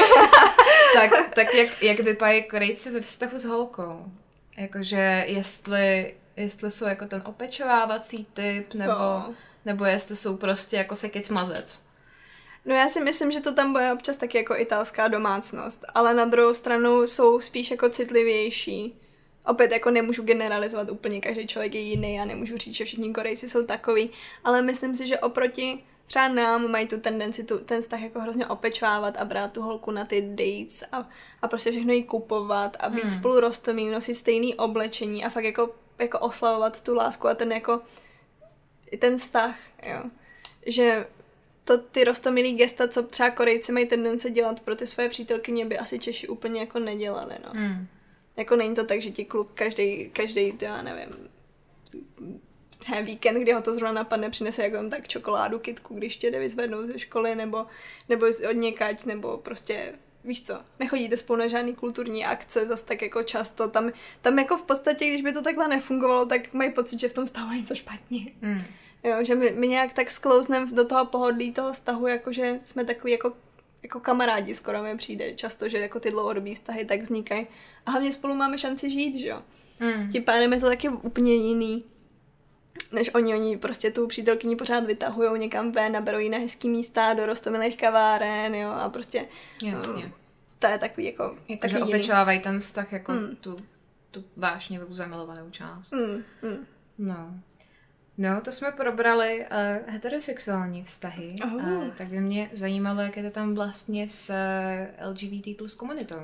tak tak jak, jak vypadají Korejci ve vztahu s holkou? Jakože jestli, jestli jsou jako ten opečovávací typ, nebo, no. nebo jestli jsou prostě jako sekec mazec.
No já si myslím, že to tam bude občas taky jako italská domácnost, ale na druhou stranu jsou spíš jako citlivější. Opět jako nemůžu generalizovat úplně, každý člověk je jiný a nemůžu říct, že všichni Korejci jsou takový, ale myslím si, že oproti třeba nám mají tu tendenci tu, ten vztah jako hrozně opečvávat a brát tu holku na ty dates a, a prostě všechno jí kupovat a být hmm. spolu roztomilí, nosit stejný oblečení a fakt jako, jako oslavovat tu lásku a ten jako ten vztah, jo. Že to ty roztomilý gesta, co třeba Korejci mají tendence dělat pro ty svoje přítelkyně, by asi Češi úplně jako nedělali, no. Hmm. Jako není to tak, že ti kluk každý, každý, já nevím, víkend, kdy ho to zrovna napadne, přinese jako tak čokoládu, kytku, když tě jde vyzvednout ze školy, nebo, nebo od někať, nebo prostě, víš co, nechodíte spolu na žádný kulturní akce zas tak jako často. Tam, tam jako v podstatě, když by to takhle nefungovalo, tak mají pocit, že v tom vztahu je něco špatně. Mm. Jo, že my, my nějak tak sklouzneme do toho pohodlí toho vztahu, jakože jsme takový jako jako kamarádi, skoro mi přijde často, že jako ty dlouhodobý vztahy tak vznikají. A hlavně spolu máme šanci žít, že jo. Mm. Tím pádem je to taky úplně jiný, než oni, oni prostě tu přítelkyni pořád vytahujou někam ven, naberou jí na hezký místa, do roztomilých kaváren, jo, a prostě...
Jasně.
to je takový jako
Jakože opečovávají ten vztah jako hmm. tu, tu vášnivou zamilovanou část.
Hmm. Hmm.
No. No, to jsme probrali uh, heterosexuální vztahy, uh, tak by mě zajímalo, jak je to tam vlastně s uh, L G B T plus komunitou.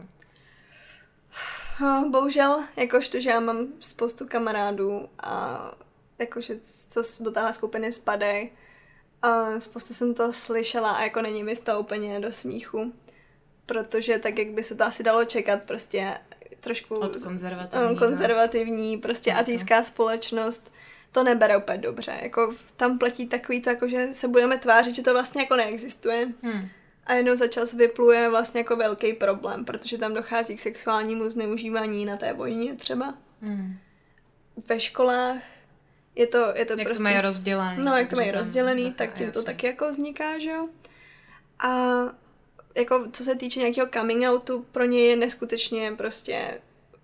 Uh, bohužel, jakožto, že já mám spoustu kamarádů a jakože co do téhle skupiny spadají, uh, spoustu jsem to slyšela a jako není mi z toho úplně do smíchu, protože tak, jak by se to asi dalo čekat, prostě trošku
od konzervativní,
konzervativní prostě asijská společnost to nebere úplně dobře. Jako tam platí takový to, jako, že se budeme tvářit, že to vlastně jako neexistuje. Hmm. A jednou za čas vypluje vlastně jako velký problém, protože tam dochází k sexuálnímu zneužívání na té vojně třeba. Hmm. Ve školách je to, je to
jak
prostě...
to mají rozdělený.
No, jak to mají rozdělený, tak tím to taky jako vzniká, že jo. A jako co se týče nějakého coming outu, pro ně je neskutečně prostě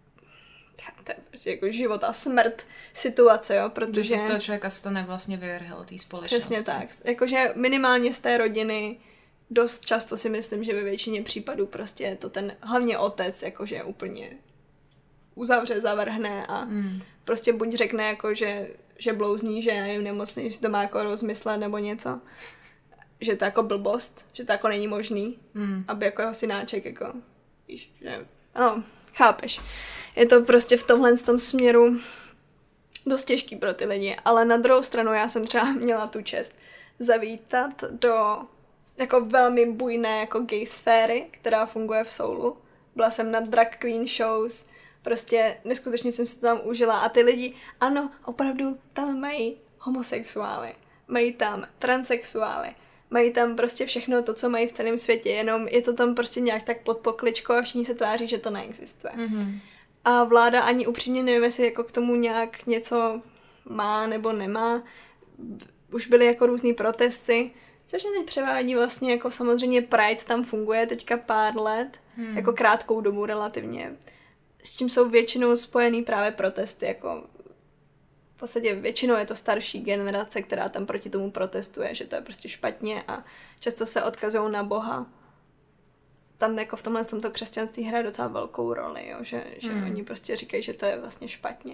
to je prostě jako život a smrt situace, jo, protože...
Když se z toho člověka stane vlastně vyvrhel té společnosti.
Přesně tak. Jakože minimálně z té rodiny dost často si myslím, že ve většině případů prostě je to ten hlavně otec, jakože úplně uzavře, zavrhne a mm. prostě buď řekne jako, že, že blouzní, že nevím, nemocný, že si to má jako rozmyslet nebo něco, že to jako blbost, že to jako není možný, mm. aby jako jeho synáček jako, víš, že, no, chápeš. Je to prostě v tomhle tom směru dost těžký pro ty lidi, ale na druhou stranu já jsem třeba měla tu čest zavítat do jako velmi bujné jako gay sféry, která funguje v Soulu. Byla jsem na drag queen shows, prostě neskutečně jsem si to tam užila a ty lidi, ano, opravdu tam mají homosexuály, mají tam transsexuály, mají tam prostě všechno to, co mají v celém světě, jenom je to tam prostě nějak tak pod pokličkou a všichni se tváří, že to neexistuje. Mm-hmm. A vláda ani upřímně nevím, jestli jako k tomu nějak něco má nebo nemá. Už byly jako různý protesty, což mě teď převádí vlastně jako samozřejmě Pride tam funguje teďka pár let, hmm. jako krátkou dobu relativně. S tím jsou většinou spojený právě protesty, jako v podstatě většinou je to starší generace, která tam proti tomu protestuje, že to je prostě špatně a často se odkazují na Boha. Tam jako v tomhle to křesťanství hraje docela velkou roli, jo? Že, že hmm. oni prostě říkají, že to je vlastně špatně.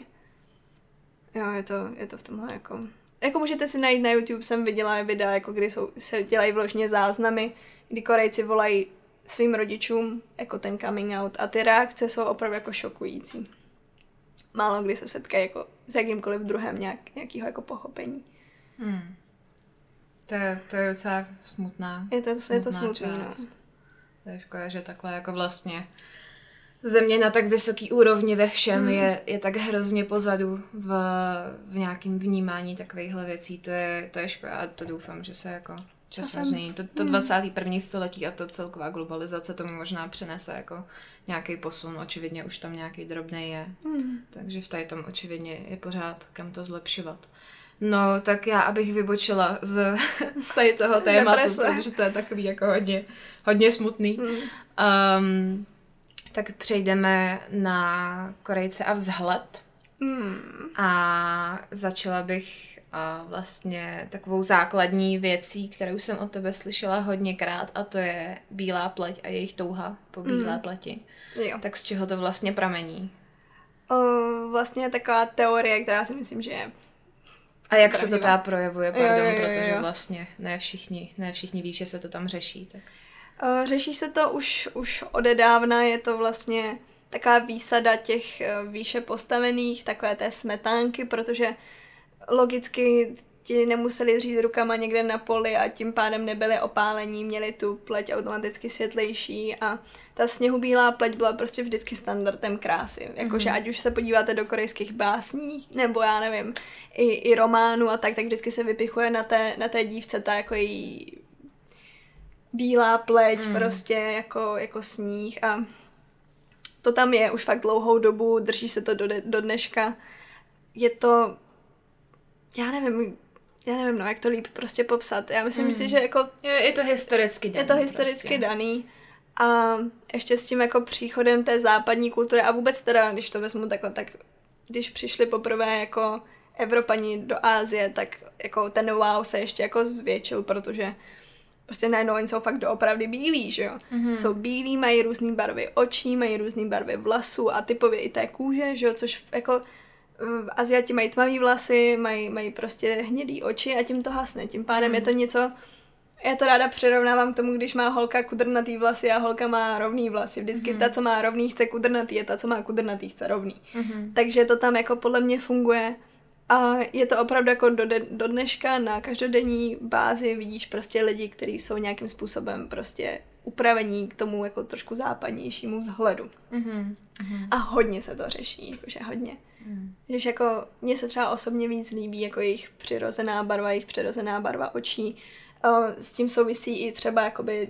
Jo, je to, je to v tomhle jako... Jako můžete si najít na YouTube, jsem viděla videa, jako kdy jsou, se dělají vložně záznamy, kdy Korejci volají svým rodičům jako ten coming out a ty reakce jsou opravdu jako šokující. Málo kdy se setkají jako s jakýmkoliv druhem nějak, nějakého jako pochopení.
Hmm. To je, to je docela smutná.
Je to, je to smutný, no.
To je škoda, že takhle jako vlastně země na tak vysoký úrovni ve všem mm. je, je tak hrozně pozadu v, v nějakém vnímání takovýchhle věcí. To je, to je škoda a to doufám, že se jako časem změní. To, to dvacátého prvního století a ta celková globalizace tomu možná přinese jako nějaký posun. Očividně už tam nějaký drobnej je. Mm. Takže v tady tom očividně je pořád kam to zlepšovat. No, tak já, abych vybočila z, z tady toho tématu, protože to je takový jako hodně, hodně smutný. Mm. Um, tak přejdeme na Korejce a vzhled. Mm. A začala bych uh, vlastně takovou základní věcí, kterou jsem od tebe slyšela hodněkrát, a to je bílá pleť a jejich touha po bílé mm. pleti. Jo. Tak z čeho to vlastně pramení?
O, vlastně taková teorie, která si myslím, že je
a jak se to teda projevuje, pardon,
jo, jo, jo, jo.
protože vlastně ne všichni, ne všichni ví, že se to tam řeší. Tak.
Uh, řeší se to už, už odedávna, je to vlastně taková výsada těch uh, výše postavených, takové té smetánky, protože logicky ti nemuseli dřít rukama někde na poli a tím pádem nebyli opálení, měli tu pleť automaticky světlejší a ta sněhubílá pleť byla prostě vždycky standardem krásy. Jakože mm-hmm. ať už se podíváte do korejských básní, nebo já nevím, i, i románů a tak, tak vždycky se vypichuje na té, na té dívce ta jako její bílá pleť, mm. prostě jako, jako sníh a to tam je už fakt dlouhou dobu, drží se to do, do dneška. Je to, já nevím, já nevím, no, jak to líp prostě popsat. Já myslím mm. si, že jako...
Je, je to historicky daný.
Je to historicky prostě. daný a ještě s tím jako příchodem té západní kultury a vůbec teda, když to vezmu takhle, tak když přišli poprvé jako Evropani do Asie, tak jako ten wow se ještě jako zvětšil, protože prostě najednou oni jsou fakt doopravdy bílí, že jo. Mm-hmm. Jsou bílí, mají různý barvy očí, mají různý barvy vlasů a typově i té kůže, že jo, což jako Aziati mají tmavý vlasy, mají, mají prostě hnědý oči a tím to hasne. Tím pádem mm. je to něco, já to ráda přirovnávám k tomu, když má holka kudrnatý vlasy a holka má rovný vlasy. Vždycky mm. ta, co má rovný, chce kudrnatý, a ta, co má kudrnatý, chce rovný. Mm. Takže to tam jako podle mě funguje a je to opravdu jako do, de- do dneška na každodenní bázi vidíš prostě lidi, kteří jsou nějakým způsobem prostě upravení k tomu jako trošku západnějšímu vzhledu. Mm. A hodně se to řeší, jakože hodně. Hmm. Když jako mně se třeba osobně víc líbí jako jejich přirozená barva, jejich přirozená barva očí. Uh, s tím souvisí i třeba jakoby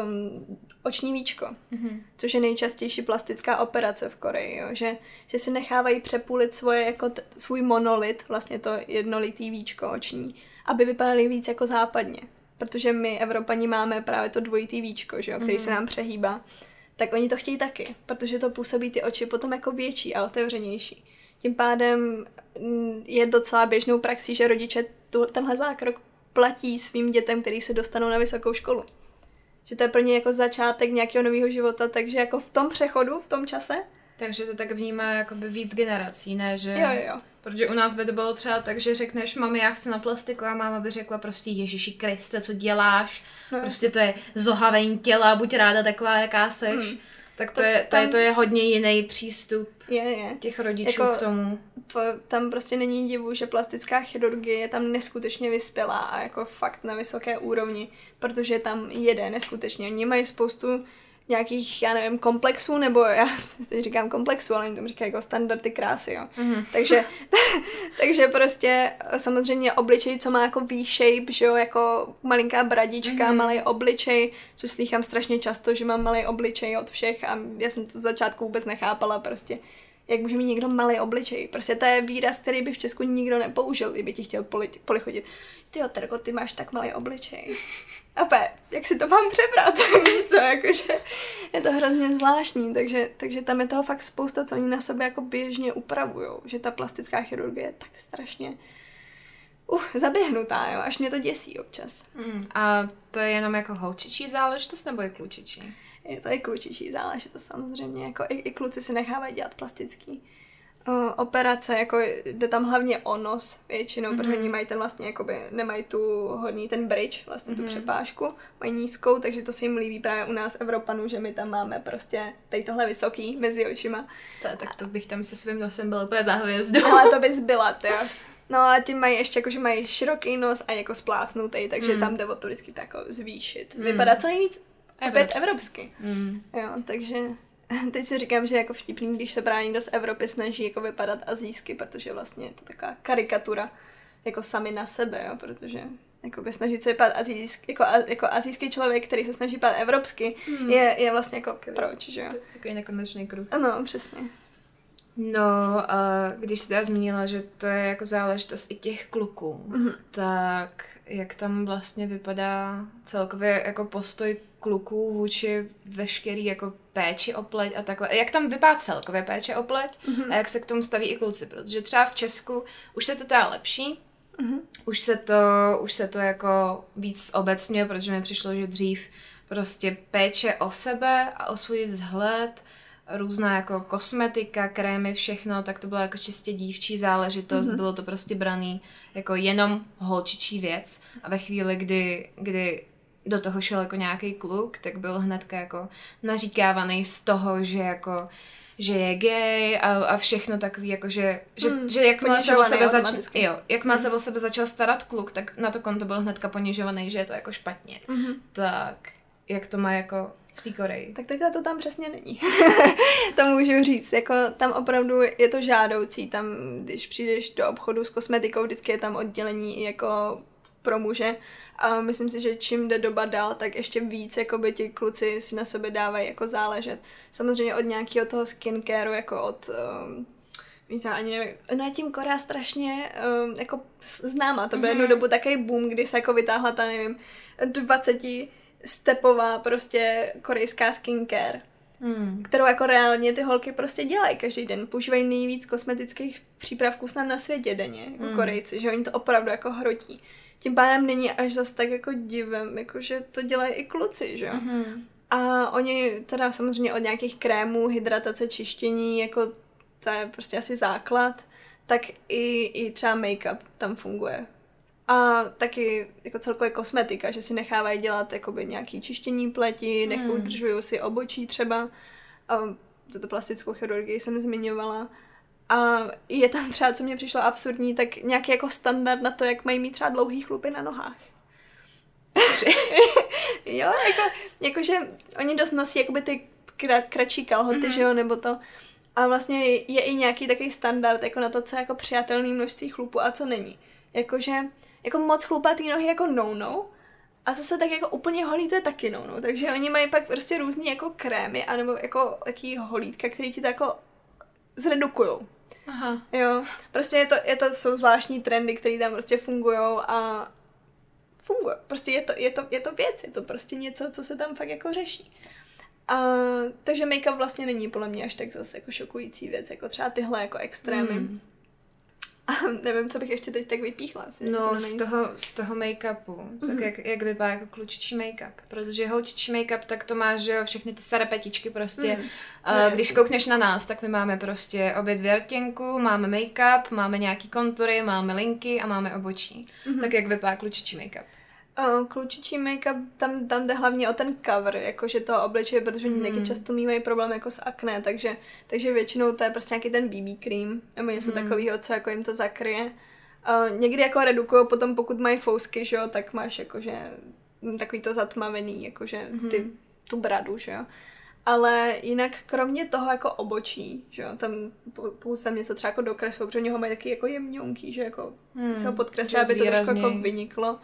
um, oční víčko, mm-hmm. což je nejčastější plastická operace v Koreji, jo? Že, že si nechávají přepůlit svoje, jako t- svůj monolit, vlastně to jednolitý víčko oční, aby vypadaly víc jako západně. Protože my Evropani máme právě to dvojitý víčko, že jo? Který mm-hmm. se nám přehýbá. Tak oni to chtějí taky, protože to působí ty oči potom jako větší a otevřenější. Tím pádem je docela běžnou praxí, že rodiče tu, tenhle zákrok platí svým dětem, který se dostanou na vysokou školu. Že to je pro ně jako začátek nějakého nového života, takže jako v tom přechodu, v tom čase.
Takže to tak vnímá jakoby víc generací, ne? Že...
Jo, jo.
Protože u nás by to bylo třeba tak, že řekneš mami, já chci na plastiku a máma by řekla prostě Ježíši Kriste, co děláš? No. Prostě to je zohavení těla, buď ráda taková, jaká seš. Hmm. Tak to, to je, tady tam... to je hodně jiný přístup
je, je.
těch rodičů jako, k tomu.
To, tam prostě není divu, že plastická chirurgie je tam neskutečně vyspělá a jako fakt na vysoké úrovni, protože tam jede neskutečně. Oni mají spoustu nějakých, já nevím, komplexů, nebo já teď říkám komplexů, ale oni tomu říkají jako standardy krásy, jo. Mm-hmm. Takže, takže prostě samozřejmě obličej, co má jako V-shape, že jo, jako malinká bradička, mm-hmm. malý obličej, což slýchám strašně často, že mám malý obličej od všech a já jsem to z začátku vůbec nechápala prostě, jak může mít někdo malý obličej. Prostě to je výraz, který by v Česku nikdo nepoužil, kdyby ti chtěl poli- polichodit. Tyjo, Terko, ty máš tak malý obličej. A pe, jak si to mám přebrat, víš co, jakože je to hrozně zvláštní, takže, takže tam je toho fakt spousta, co oni na sebe jako běžně upravujou, že ta plastická chirurgie je tak strašně uh, zaběhnutá, jo, až mě to děsí občas.
Mm, a to je jenom jako holčičí záležitost, nebo je klučičí?
Je to i klučičí záležitost samozřejmě, jako i, i kluci si nechávají dělat plastický uh, operace, jako jde tam hlavně o nos většinou, mm-hmm. protože oni mají ten vlastně, jakoby nemají tu horní ten bridge, vlastně mm-hmm. tu přepážku, mají nízkou, takže to se jim líbí právě u nás Evropanů, že my tam máme prostě tady tohle vysoký mezi očima.
To, tak to bych tam se svým nosem byla úplně za hvězdu.
Ale to bys byla, ty jo. No a tím mají ještě jako, že mají široký nos a jako splácnutý, takže mm. tam jde o to vždycky tak jako zvýšit. Mm. Vypadá co nejvíc opět evropsky. Mm. Jo, takže teď si říkám, že jako vtipný, když se právě někdo z Evropy snaží jako vypadat asijsky, protože vlastně je to taková karikatura jako sami na sebe, jo, protože jakoby snažit se vypadat asijský, jako, jako asijský člověk, který se snaží vypadat evropsky, mm. je, je vlastně jako proč, že jo.
Takový nekonečný kruh.
Ano, přesně.
No, a když jsi teda zmínila, že to je jako záležitost i těch kluků, mm-hmm. tak jak tam vlastně vypadá celkově jako postoj kluků vůči veškerý jako péči o pleť a takhle. Jak tam vypadá celkově péče o pleť mm-hmm. a jak se k tomu staví i kluci, protože třeba v Česku už se to teda lepší, mm-hmm. už se to, už se to jako víc obecňuje, protože mi přišlo, že dřív prostě péče o sebe a o svůj vzhled, různá jako kosmetika, krémy, všechno, tak to byla jako čistě dívčí záležitost, mm-hmm. bylo to prostě braný jako jenom holčičí věc a ve chvíli, kdy, kdy do toho šel jako nějaký kluk, tak byl hnedka jako naříkávaný z toho, že jako že je gay a, a všechno takový, jako že, že, mm, že jak má se o sebe začal, jo, jak má mm. se o sebe začal starat kluk, tak na to konto byl hnedka ponižovaný, že je to jako špatně. Mm-hmm. Tak jak to má jako v té Koreji?
Tak takhle to tam přesně není. To můžu říct, jako tam opravdu je to žádoucí, tam když přijdeš do obchodu s kosmetikou, vždycky je tam oddělení jako pro muže a myslím si, že čím jde doba dál, tak ještě víc jakoby ti kluci si na sebe dávají jako záležet. Samozřejmě od nějakého toho skincareu, jako od um, víte, ani nevím, no je tím Korea strašně um, jako známá, to byl mm-hmm. jednu dobu takový boom, kdy se jako vytáhla ta, nevím, dvacetistepová prostě korejská skincare. hmm. kterou jako reálně ty holky prostě dělají každý den. Používají nejvíc kosmetických přípravků snad na světě denně, jako hmm. Korejci, že oni to opravdu jako hrotí. Tím pádem není až zas tak jako divem, jako že to dělají i kluci, že jo. Hmm. A oni teda samozřejmě od nějakých krémů, hydratace, čištění, jako to je prostě asi základ, tak i, i třeba make-up tam funguje. A taky jako celkově kosmetika, že si nechávají dělat jakoby nějaký čištění pleti, nech hmm. udržují si obočí třeba. A tuto plastickou chirurgii jsem zmiňovala. A je tam třeba, co mě přišlo absurdní, tak nějaký jako standard na to, jak mají mít třeba dlouhý chlupy na nohách. Jo, jako, jakože oni dost nosí jakoby ty krat, kratší kalhoty, mm-hmm. že jo, nebo to. A vlastně je i nějaký takový standard jako na to, co je jako přijatelný množství chlupů a co není. Jakože jako moc chlupatý nohy jako no-no a zase tak jako úplně holý to je taky no-no. Takže oni mají pak prostě různý jako krémy anebo jako taký holítka, který ti to jako zredukujou. Aha. Jo, prostě je to, je to, jsou zvláštní trendy, které tam prostě fungujou a funguje. Prostě je to, je, to, je to věc, je to prostě něco, co se tam fakt jako řeší. A, takže make-up vlastně není podle mě až tak zase jako šokující věc, jako třeba tyhle jako extrémy. Mm. A nevím, co bych ještě teď tak vypíchla.
No, z toho, z toho make-upu, mm-hmm. tak jak, jak vypadá jako klučičí make-up. Protože holčičí make-up, tak to má, že jo, všechny ty staré petičky prostě. Mm. No, když koukneš na nás, tak my máme prostě obě dvě rtěnku, máme make-up, máme nějaký kontury, máme linky a máme obočí. Mm-hmm. Tak jak vypadá klučičí make-up?
Uh, klučičí make-up, tam, tam jde hlavně o ten cover, jakože toho obličeje, protože oni mm. taky často mývají problém jako s akné, takže, takže většinou to je prostě nějaký ten bé bé cream, nebo něco mm. takového, co jako jim to zakryje. Uh, někdy jako redukují potom, pokud mají fousky, že jo, tak máš jakože takový to zatmavený, jakože ty, mm. tu bradu, že jo. Ale jinak kromě toho jako obočí, že jo, tam pokud tam něco třeba jako dokreslou, protože oni ho mají taky jako jemňonký, že jako mm. se ho podkreslí, aby to trošku jako vyniklo.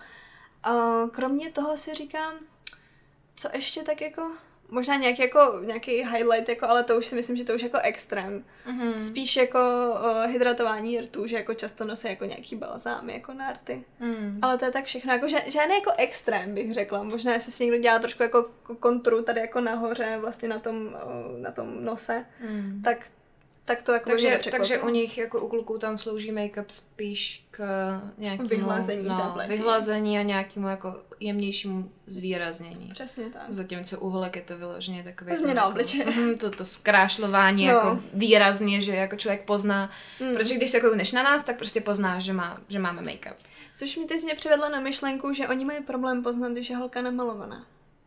A kromě toho si říkám, co ještě tak jako, možná nějaký, jako, nějaký highlight, jako, ale to už si myslím, že to už jako extrém. Mm-hmm. Spíš jako uh, hydratování rtů, že jako často nosí jako nějaký balzámy jako na rty. Mm. Ale to je tak všechno, jako žádný jako extrém bych řekla. Možná, jestli si někdo dělá trošku jako konturu tady jako nahoře, vlastně na tom, uh, na tom nose, mm. tak tak to jako
takže, takže u nich jako u kluků tam slouží make-up spíš k nějakému
vyhlazení,
no, vyhlazení a nějakému jako jemnějšímu zvýraznění.
Přesně tak.
Zatímco u holek je to vyloženě takové
změna obličeje.
Jako, to, to zkrášlování no. jako výrazně, že jako člověk pozná. Mm. Protože když se koukneš na nás, tak prostě poznáš, že, má, že máme make-up.
Což mi teď mě přivedla na myšlenku, že oni mají problém poznat, když je holka namalovaná.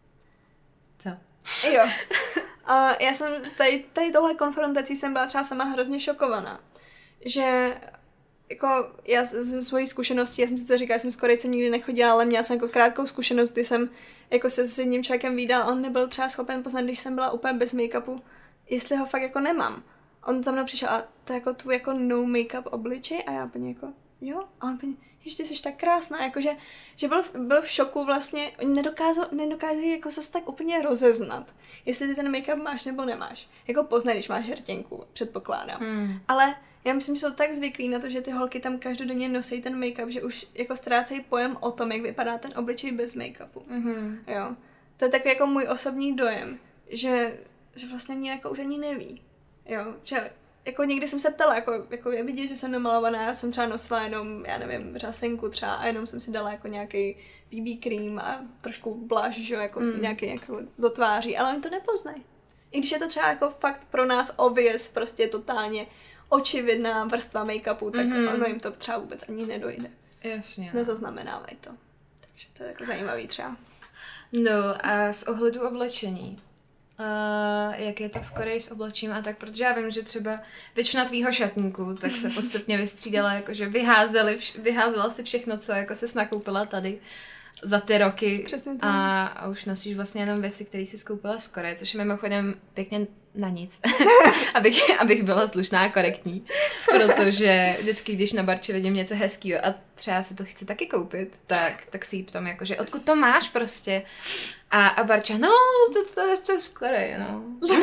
Co?
Jo. A já jsem tady, tady tohle konfrontací jsem byla třeba sama hrozně šokovaná. Že jako já ze svojí zkušeností, já jsem sice říkala, že jsem s Korejcem nikdy nechodila, ale měla jsem jako krátkou zkušenost, kdy jsem jako se s jedním člověkem vídala, on nebyl třeba schopen poznat, když jsem byla úplně bez make-upu, jestli ho fakt jako nemám. On za mnou přišel a to jako tvůj jako no make-up obličej a já úplně jako jo, a on úplně, ještě jsi tak krásná, jakože, že byl, byl v šoku vlastně, oni nedokázali, nedokázali jako zase tak úplně rozeznat, jestli ty ten make-up máš nebo nemáš. Jako poznají, když máš hrtěnku, předpokládám. Hmm. Ale já myslím, že jsou tak zvyklí na to, že ty holky tam každodenně nosí ten make-up, že už jako ztrácejí pojem o tom, jak vypadá ten obličej bez make-upu. Mm-hmm. Jo. To je takový jako můj osobní dojem, že, že vlastně mě jako už ani neví. Jo, že jako někdy jsem se ptala, jako, jako je vidět, že jsem namalovaná, já jsem třeba nosila jenom, já nevím, řasenku třeba a jenom jsem si dala jako nějaký bé bé cream a trošku blush, že jako mm. nějaký jako do tváří, ale oni to nepoznají. I když je to třeba jako fakt pro nás obvious, prostě totálně očividná vrstva make-upu, tak mm-hmm. ono jim to třeba vůbec ani nedojde.
Jasně.
Nezaznamenávají to. Takže to je jako zajímavý třeba.
No a z ohledu oblečení, Uh, jak je to v Koreji s oblečím a tak, protože já vím, že třeba většina tvýho šatníku tak se postupně vystřídala, jakože vyházeli, vš- vyházela si všechno, co jako ses nakoupila tady za ty roky a, a už nosíš vlastně jenom věci, které jsi skoupila z Koreje, což je mimochodem pěkně na nic, abych, abych byla slušná a korektní, protože vždycky, když na barči vidím něco hezkýho a třeba si to chci taky koupit, tak, tak si jí ptám jakože, odkud to máš prostě? A, a barča, no, to, to, to, to je z Koreje, no.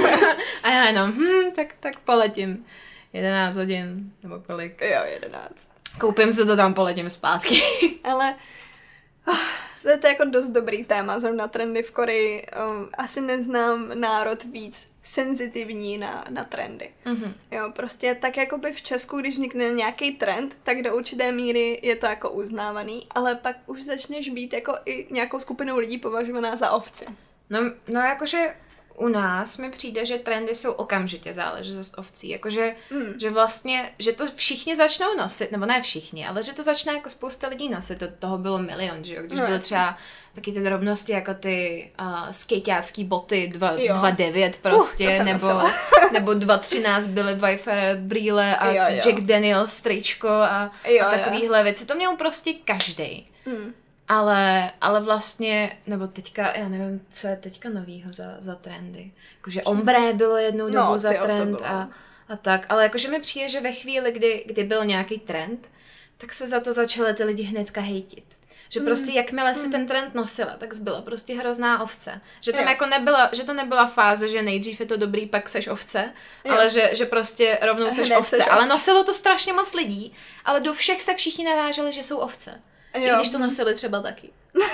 A já jenom, hm, tak, tak poletím. jedenáct hodin, nebo kolik?
Jo, jedenáct.
Koupím si to tam, poletím zpátky.
Ale oh, to je jako dost dobrý téma, zrovna trendy v Koreji. Um, asi neznám národ víc senzitivní na, na trendy. Mm-hmm. Jo, prostě tak jako by v Česku, když vznikne nějaký trend, tak do určité míry je to jako uznávaný, ale pak už začneš být jako i nějakou skupinou lidí považovaná za ovci.
No, no jakože u nás mi přijde, že trendy jsou okamžitě záležitost ovcí, jakože mm. že vlastně, že to všichni začnou nosit, nebo ne všichni, ale že to začne jako spousta lidí nosit, to, toho bylo milion, že jo, když no, byly třeba taky ty drobnosti jako ty uh, skejťácký boty dva devět prostě, uh, nebo, nebo dva třináct byly Wayfarer brýle a jo, jo. Jack Daniels tričko a, jo, a takovýhle jo. věci, to měl prostě každej. Mm. Ale, ale vlastně, nebo teďka, já nevím, co je teďka novýho za, za trendy. Jakože ombré bylo jednou dobu no, za trend a, a tak. Ale jakože mi přijde, že ve chvíli, kdy, kdy byl nějaký trend, tak se za to začaly ty lidi hnedka hejtit. Že mm. prostě jakmile si mm. ten trend nosila, tak byla prostě hrozná ovce. Že tam jo. jako nebyla, že to nebyla fáze, že nejdřív je to dobrý, pak seš ovce, jo. ale že, že prostě rovnou seš ovce. seš ovce. Ale nosilo to strašně moc lidí, ale do všech se všichni naváželi, že jsou ovce. Jo. I když to nosili třeba taky.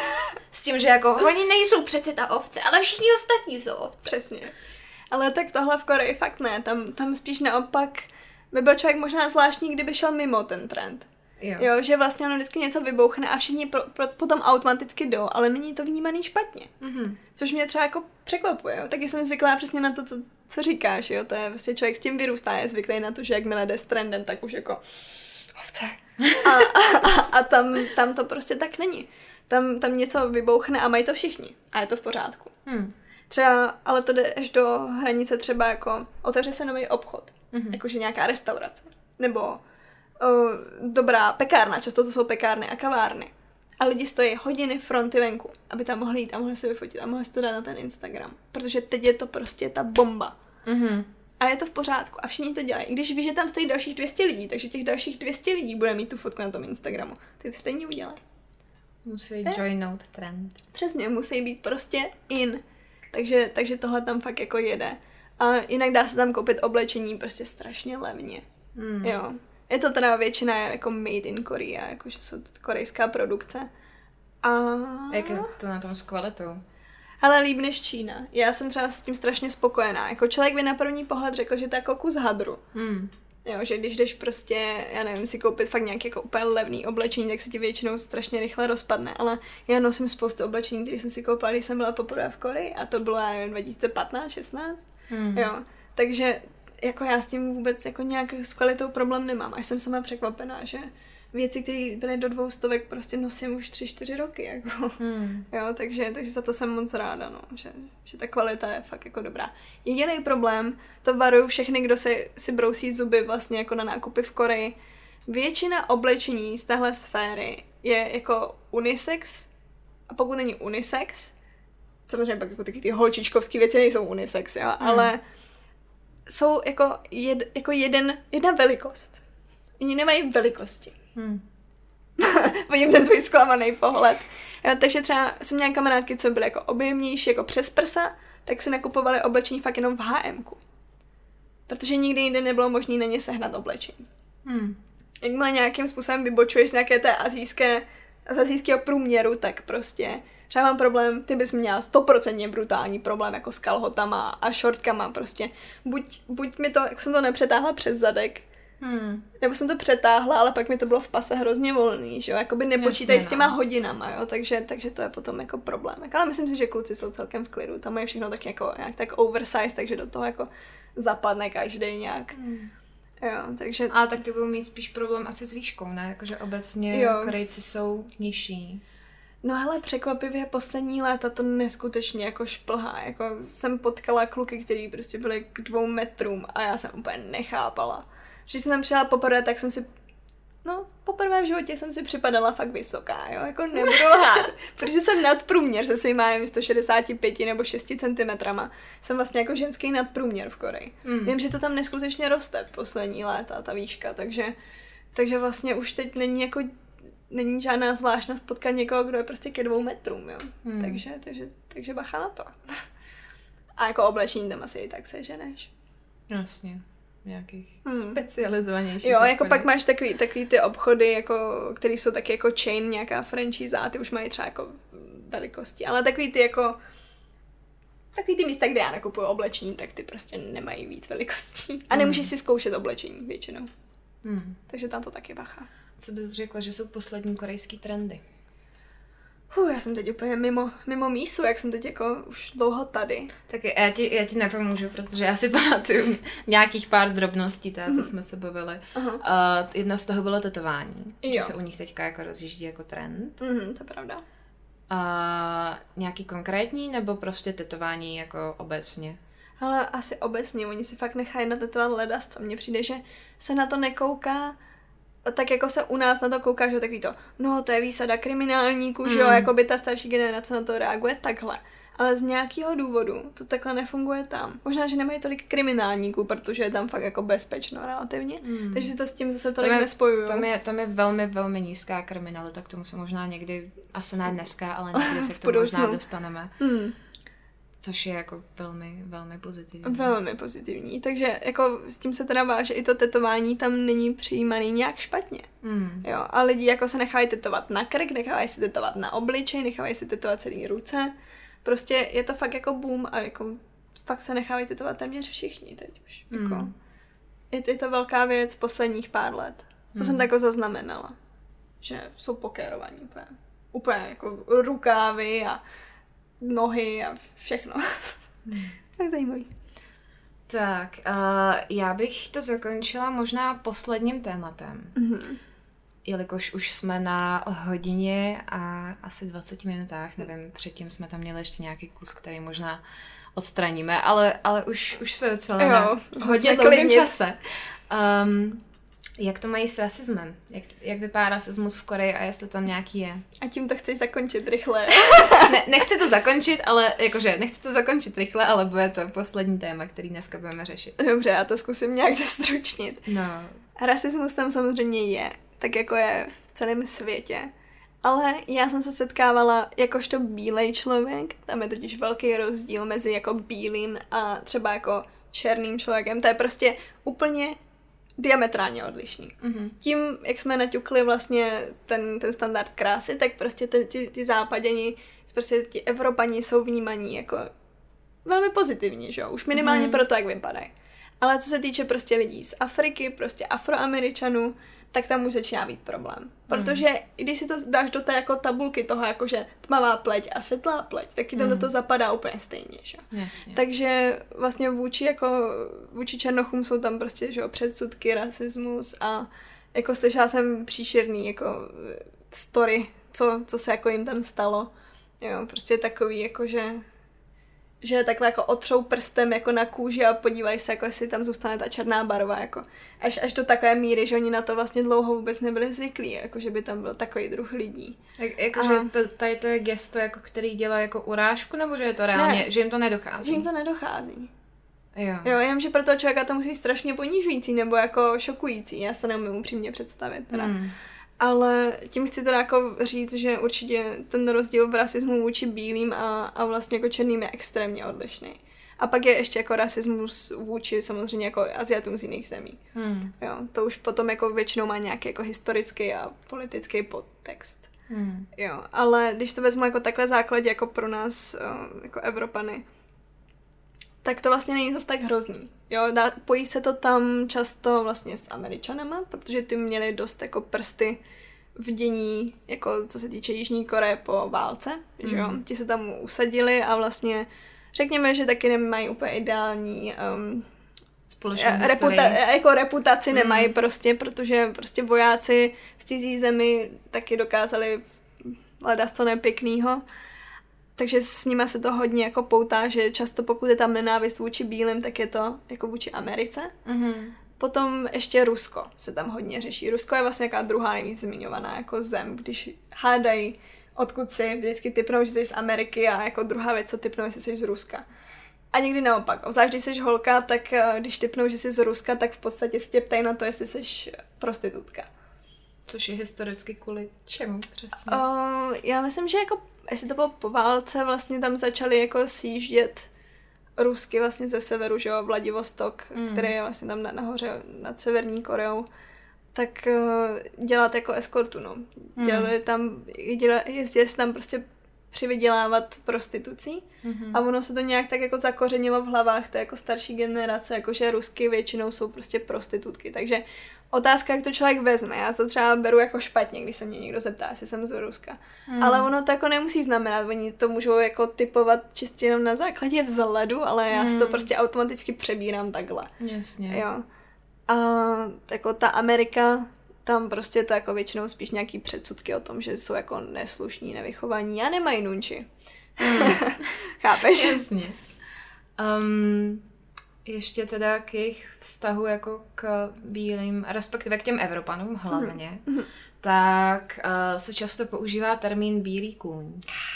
S tím, že jako oni nejsou přece ta ovce, ale všichni ostatní jsou ovce.
Přesně. Ale tak tohle v Koreji fakt ne. Tam, tam spíš naopak by byl člověk možná zvláštní, kdyby šel mimo ten trend. Jo. jo že vlastně ono vždycky něco vybouchne a všichni pro, pro, potom automaticky jdou, ale není to vnímaný špatně. Mm-hmm. Což mě třeba jako překvapuje. Jo. Taky jsem zvyklá přesně na to, co, co říkáš. Jo. To je vlastně člověk s tím vyrůstá, je zvyklý na to, že jakmile jde s trendem, tak už jako ovce. A, a, a tam, tam to prostě tak není. Tam, tam něco vybouchne a mají to všichni. A je to v pořádku. Hmm. Třeba, ale to jde až do hranice třeba jako otevře se nový obchod. Mm-hmm. Jakože nějaká restaurace. Nebo o, dobrá pekárna. Často to jsou pekárny a kavárny. A lidi stojí hodiny fronty venku, aby tam mohli jít a mohli se vyfotit a mohli si to dát na ten Instagram. Protože teď je to prostě ta bomba. Mm-hmm. A je to v pořádku a všichni to dělají. I když víš, že tam stojí dalších dvě stě lidí, takže těch dalších dvě stě lidí bude mít tu fotku na tom Instagramu. Tak to stejně udělají.
Musí joinout trend.
Přesně, musí být prostě in. Takže, takže tohle tam fakt jako jede. A jinak dá se tam koupit oblečení prostě strašně levně. Mm. Jo. Je to teda většina jako made in Korea, jakože jsou to korejská produkce. A...
Jak je to na tom s kvalitou?
Ale líp než Čína. Já jsem třeba s tím strašně spokojená. Jako člověk by na první pohled řekl, že to je jako kus hadru. Hmm. Jo, že když jdeš prostě, já nevím, si koupit fakt nějaké jako úplně levný oblečení, tak se ti většinou strašně rychle rozpadne. Ale já nosím spoustu oblečení, které jsem si koupila, když jsem byla poprvé v Koreji a to bylo, já nevím, dva tisíce patnáct šestnáct. Hmm. Jo, takže jako já s tím vůbec jako nějak s kvalitou problém nemám. Až jsem sama překvapená, že věci, které byly do dvou stovek, prostě nosím už tři, čtyři roky, jako. Hmm. Jo, takže, takže za to jsem moc ráda, no, že, že ta kvalita je fakt jako dobrá. Jediný problém, to varuju všechny, kdo si, si brousí zuby vlastně jako na nákupy v Koreji, většina oblečení z téhle sféry je jako unisex a pokud není unisex, samozřejmě pak jako ty, ty holčičkovský věci nejsou unisex, jo, hmm. ale jsou jako, jed, jako jeden, jedna velikost. Oni nemají velikosti. Hmm. Vidím ten tvůj zklamaný pohled. Jo, takže třeba jsem měla kamarádky, co byly jako objemnější, jako přes prsa, tak si nakupovali oblečení fakt jenom v há emku. Protože nikdy jinde nebylo možné na ně sehnat oblečení. Hmm. Jakmile nějakým způsobem vybočuješ z nějaké té azijské, z azijského průměru, tak prostě třeba mám problém, ty bys měla stoprocentně brutální problém jako s kalhotama a šortkama prostě. Buď, buď mi to, jako jsem to nepřetáhla přes zadek, Hmm. nebo jsem to přetáhla, ale pak mi to bylo v pase hrozně volný, že jo, jakoby nepočítají s těma hodinama, jo, takže, takže to je potom jako problém. Ale myslím si, že kluci jsou celkem v klidu, tam mají všechno tak jako nějak tak oversize, takže do toho jako zapadne každý nějak. Hmm. Jo, takže...
A tak ty budou mít spíš problém asi s výškou, ne? Jakože obecně jo. Korejci jsou nižší.
No hele, překvapivě poslední léta to neskutečně jako šplhá. Jako jsem potkala kluky, kteří prostě byli k dvou metrům a já jsem úplně nechápala. Když jsem tam přijela poprvé, tak jsem si, no, poprvé v životě jsem si připadala fakt vysoká, jo, jako nebudu lhát, protože jsem nadprůměr se svýma sto šedesát pět nebo šest centimetrama, jsem vlastně jako ženský nadprůměr v Koreji. Mm. Vím, že to tam neskutečně roste poslední léta, ta výška, takže, takže vlastně už teď není jako, není žádná zvláštnost potkat někoho, kdo je prostě ke dvou metrům, jo, mm. takže, takže, takže bacha na to. A jako oblečení tam asi i tak seženeš.
Jasně. Nějakých hmm. specializovanějších.
Jo, obchodů. Jako pak máš takový, takový ty obchody, jako, který jsou taky jako chain, nějaká franchise a ty už mají třeba jako velikosti, ale takový ty jako takový ty místa, kde já nakupuju oblečení, tak ty prostě nemají víc velikostí. A nemůžeš si zkoušet oblečení většinou. Hmm. Takže tam to taky bacha.
Co bys řekla, že jsou poslední korejský trendy?
Uh, já jsem teď úplně mimo, mimo mísu, jak jsem teď jako už dlouho tady.
Tak já ti, já ti nepomůžu, protože já si pamatuju nějakých pár drobností, teda, co jsme se bavili. Uh, jedna z toho bylo tetování, jo. Že se u nich teďka jako rozjíždí jako trend.
Mm, to je pravda.
Uh, nějaký konkrétní, nebo prostě tetování jako obecně?
Ale asi obecně, oni si fakt nechají natetovat ledas, co mně přijde, že se na to nekouká tak jako se u nás na to kouká, že takový to, no to je výsada kriminálníků, mm. že jo, jako by ta starší generace na to reaguje takhle. Ale z nějakého důvodu to takhle nefunguje tam. Možná, že nemají tolik kriminálníků, protože je tam fakt jako bezpečno relativně. Mm. Takže si to s tím zase tolik
tam je,
nespojuju.
Tam je, tam je velmi, velmi nízká kriminalita, k tomu se možná někdy, asi ne dneska, ale někdy se k tomu možná dostaneme. Mm. Což je jako velmi, velmi pozitivní.
Velmi pozitivní. Takže jako s tím se teda váže i to tetování tam není přijímaný nějak špatně. Mm. Jo, a lidi jako se nechají tetovat na krk, nechávají si tetovat na obličej, nechávají si tetovat celý ruce. Prostě je to fakt jako boom a jako fakt se nechávají tetovat téměř všichni teď už. Mm. Jako, je, je to velká věc posledních pár let. Co mm. jsem tak jako zaznamenala. Že jsou pokérovaní úplně. Úplně jako rukávy a nohy a všechno. Hmm. Tak zajímavý.
Tak, uh, já bych to zakončila možná posledním tématem. Mm-hmm. Jelikož už jsme na hodině a asi dvaceti minutách, nevím, předtím jsme tam měli ještě nějaký kus, který možná odstraníme, ale, ale už, už jsme docela jo, na hodně dlouhém čase. Um, Jak to mají s rasismem? Jak, jak vypadá rasismus v Koreji a jestli tam nějaký je?
A tím to chceš zakončit rychle.
ne, nechci to zakončit, ale jakože nechci to zakončit rychle, ale bude to poslední téma, který dneska budeme řešit.
Dobře, já to zkusím nějak zestručnit.
No.
Rasismus tam samozřejmě je, tak jako je v celém světě. Ale já jsem se setkávala jakožto bílej člověk, tam je totiž velký rozdíl mezi jako bílým a třeba jako černým člověkem. To je prostě úplně diametrálně odlišný. Mm-hmm. Tím, jak jsme naťukli vlastně ten, ten standard krásy, tak prostě ty, ty, ty západěni, prostě ti Evropani jsou vnímaní jako velmi pozitivně, že jo? Už minimálně mm-hmm. proto, jak vypadají. Ale co se týče prostě lidí z Afriky, prostě Afroameričanů, tak tam už začíná být problém. Protože mm. když si to dáš do té jako tabulky toho, jakože tmavá pleť a světlá pleť, tak ti tam mm. do toho zapadá úplně stejně, že?
Jasně.
Takže vlastně vůči jako vůči černochům jsou tam prostě, že jo, předsudky, rasismus a jako slyšela jsem příšerný jako story, co, co se jako jim tam stalo. Jo, prostě takový jakože že takhle jako otřou prstem jako na kůži a podívají se, jako jestli tam zůstane ta černá barva, jako až, až do takové míry, že oni na to vlastně dlouho vůbec nebyli zvyklí, jako že by tam byl takový druh lidí.
Jak, jakože tady to je gesto, jako, který dělá jako urážku, nebo že je to reálně, ne, že jim to nedochází?
Že jim to nedochází.
Jo.
Jo, jenom, že pro toho člověka to musí být strašně ponižující nebo jako šokující, já se neumím upřímně představit teda. Hmm. Ale tím chci teda jako říct, že určitě ten rozdíl v rasismu vůči bílým a, a vlastně jako černým je extrémně odlišný. A pak je ještě jako rasismus vůči samozřejmě jako Asiatům z jiných zemí. Hmm. Jo, to už potom jako většinou má nějaký jako historický a politický podtext. Hmm. Jo, ale když to vezmu jako takhle základě jako pro nás jako Evropany, tak to vlastně není zase tak hrozný. Jo, dá, pojí se to tam často vlastně s Američanama, protože ty měli dost jako prsty v dění, jako co se týče Jižní Koreje po válce, mm. že jo. Ti se tam usadili a vlastně řekněme, že taky nemají úplně ideální um, reputa, jako reputaci mm. nemají prostě, protože prostě vojáci v cizí zemi taky dokázali hledat co nepěknýho. Takže s nima se to hodně jako poutá, že často pokud je tam nenávist vůči bílým, tak je to jako vůči Americe. Mm-hmm. Potom ještě Rusko se tam hodně řeší. Rusko je vlastně nějaká druhá nejvíc zmiňovaná jako zem, když hádají, odkud jsi, vždycky tipnou, že jsi z Ameriky a jako druhá věc, co tipnou, jestli jsi z Ruska. A někdy naopak. Obzvlášť, když jsi holka, tak když tipnou, že jsi z Ruska, tak v podstatě se tě ptají na to, jestli jsi prostitutka.
Což je historicky kvůli čemu přesně?
Uh, já myslím, že jako jestli to bylo po válce, vlastně tam začali jako sjíždět Rusky vlastně ze severu, že jo, Vladivostok, mm. který je vlastně tam na, nahoře nad Severní Koreou, tak uh, dělat jako eskortu, no. Dělali mm. tam, dělali, jezdili se tam prostě přivydělávat prostitucí mm-hmm. a ono se to nějak tak jako zakořenilo v hlavách té jako starší generace, jakože Rusky většinou jsou prostě prostitutky, takže otázka, jak to člověk vezme, já to třeba beru jako špatně, když se mě někdo zeptá, jestli jsem z Ruska, mm. ale ono to jako nemusí znamenat, oni to můžou jako typovat čistě jenom na základě vzhledu, ale já mm. si to prostě automaticky přebírám takhle.
Jasně.
Jo. A jako ta Amerika, tam prostě to jako většinou spíš nějaký předsudky o tom, že jsou jako neslušní, nevychovaní a nemají nunči. Mm. Chápeš?
Jasně. Um, ještě teda k jejich vztahu jako k bílým, respektive k těm Evropanům hlavně, mm. tak uh, se často používá termín bílý kůň.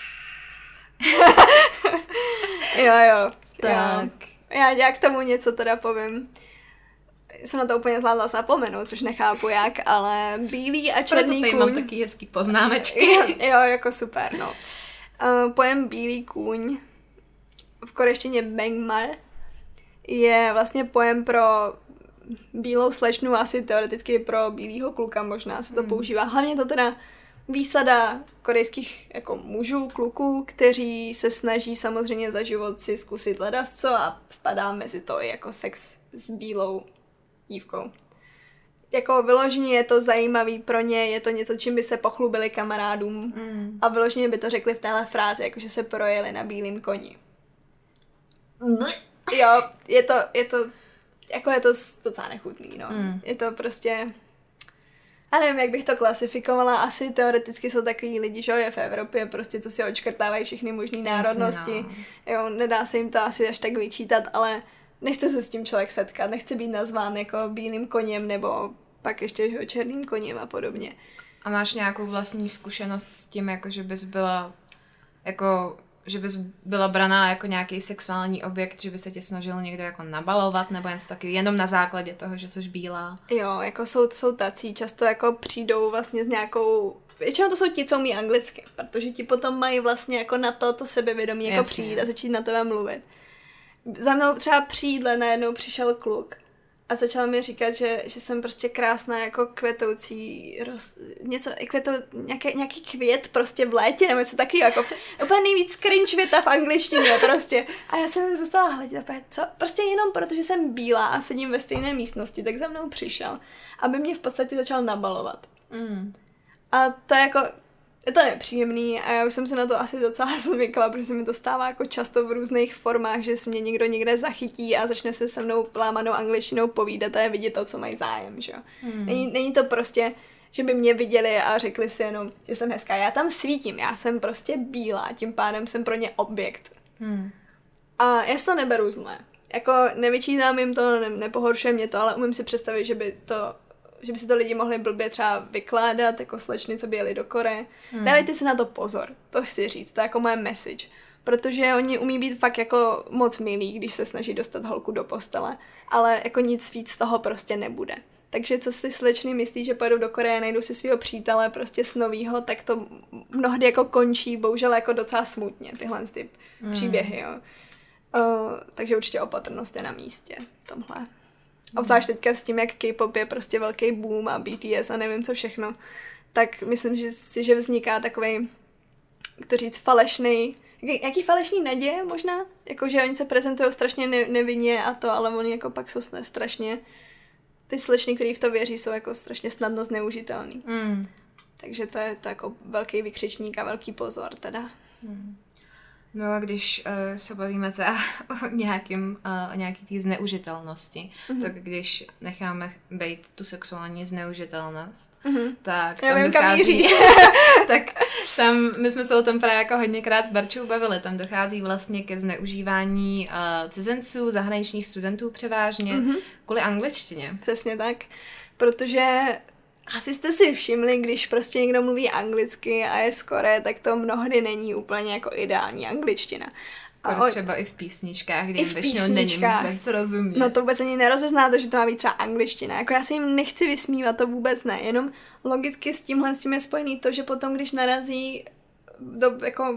jo, jo.
Tak.
Já, já k tomu něco teda povím. Jsem na to úplně zvládla zapomenout, což nechápu jak, ale bílý a černý
kůň...
Proto
mám taky hezký poznámečky.
jo, jo, jako super, no. Uh, pojem bílý kůň v korejštině bengmal je vlastně pojem pro bílou slečnu, asi teoreticky pro bílýho kluka možná se to mm. používá. Hlavně to teda výsada korejských jako mužů, kluků, kteří se snaží samozřejmě za život si zkusit ledasco a spadá mezi to i jako sex s bílou dívkou. Jako vyloženě je to zajímavý pro ně, je to něco, čím by se pochlubili kamarádům mm. a vyloženě by to řekli v téhle frázi, jakože se projeli na bílým koni. Jo, je to, je to, jako je to docela nechutný, no. Mm. Je to prostě, já nevím, jak bych to klasifikovala, asi teoreticky jsou takový lidi, že jo, je v Evropě, prostě to si očkrtávají všechny možné národnosti, no. Jo, nedá se jim to asi až tak vyčítat, ale nechce se s tím člověk setkat, nechce být nazván jako bílým koněm, nebo pak ještě že, černým koněm a podobně.
A máš nějakou vlastní zkušenost s tím, jako že bys byla, jako... že bys byla braná jako nějaký sexuální objekt, že by se tě snažil někdo jako nabalovat, nebo jen taky jenom na základě toho, že jsi bílá.
Jo, jako jsou, jsou tací, často jako přijdou vlastně s nějakou, většinou to jsou ti, co umí anglicky, protože ti potom mají vlastně jako na to, to sebevědomí jako
Jasně.
přijít a začít na tebe mluvit. Za mnou třeba přijídle najednou přišel kluk a začal mi říkat, že, že jsem prostě krásná jako kvetoucí, roz, něco, kvetou, nějaký, nějaký květ prostě v létě, nebo něco taky jako úplně nejvíc cringe věta v angličtině prostě. A já jsem zůstala hledět, co? Prostě jenom proto, že jsem bílá a sedím ve stejné místnosti, tak za mnou přišel, aby mě v podstatě začal nabalovat. Mm. A to je jako, je to nepříjemný a já už jsem se na to asi docela zvykla, protože se mi to stává jako často v různých formách, že se mě někdo někde zachytí a začne se se mnou plámanou angličtinou povídat a je vidět to, co mají zájem, že jo. Hmm. Není, není to prostě, že by mě viděli a řekli si jenom, že jsem hezká. Já tam svítím, já jsem prostě bílá, tím pádem jsem pro ně objekt. Hmm. A já si to neberu zlé. Jako nevyčítám jim to, ne, nepohoršuje mě to, ale umím si představit, že by to že by si to lidi mohli blbě třeba vykládat, jako slečny, co by jeli do Koreje. Hmm. Dávejte si na to pozor, to chci říct, to je jako moje message. Protože oni umí být fakt jako moc milí, když se snaží dostat holku do postele, ale jako nic víc z toho prostě nebude. Takže co si slečny myslí, že pojedou do Koreje, najdou si svého přítele prostě s novýho, tak to mnohdy jako končí, bohužel jako docela smutně, tyhle ty hmm. příběhy, jo. Uh, takže určitě opatrnost je na místě v tomhle. A obzvlášť teďka s tím, jak K-pop je prostě velký boom a B T S a nevím co všechno, tak myslím že si, že vzniká takovej, jak to říct, falešnej, jaký falešný naděje možná? Jako, že oni se prezentují strašně ne- nevinně a to, ale oni jako pak jsou strašně, ty slečny, který v to věří, jsou jako strašně snadno zneužitelný. Mm. Takže to je to jako velký vykřičník a velký pozor teda. Mm.
No a když uh, se bavíme teda o, nějakým, uh, o nějaký té zneužitelnosti, mm-hmm. tak když necháme být tu sexuální zneužitelnost, mm-hmm. tak tam
Já vím,
dochází... tak tam, my jsme se o tom právě jako hodněkrát s Barčou bavili, tam dochází vlastně ke zneužívání uh, cizinců, zahraničních studentů převážně, mm-hmm. kvůli angličtině.
Přesně tak, protože... Asi jste si všimli, když prostě někdo mluví anglicky a je z Koreje, tak to mnohdy není úplně jako ideální angličtina.
A on... třeba i v písničkách, kde jim většinou není vůbec rozumět.
No to vůbec ani nerozezná to, že to má být třeba angličtina. Jako já se jim nechci vysmívat, to vůbec ne. Jenom logicky s tímhle s tím je spojený to, že potom, když narazí do, jako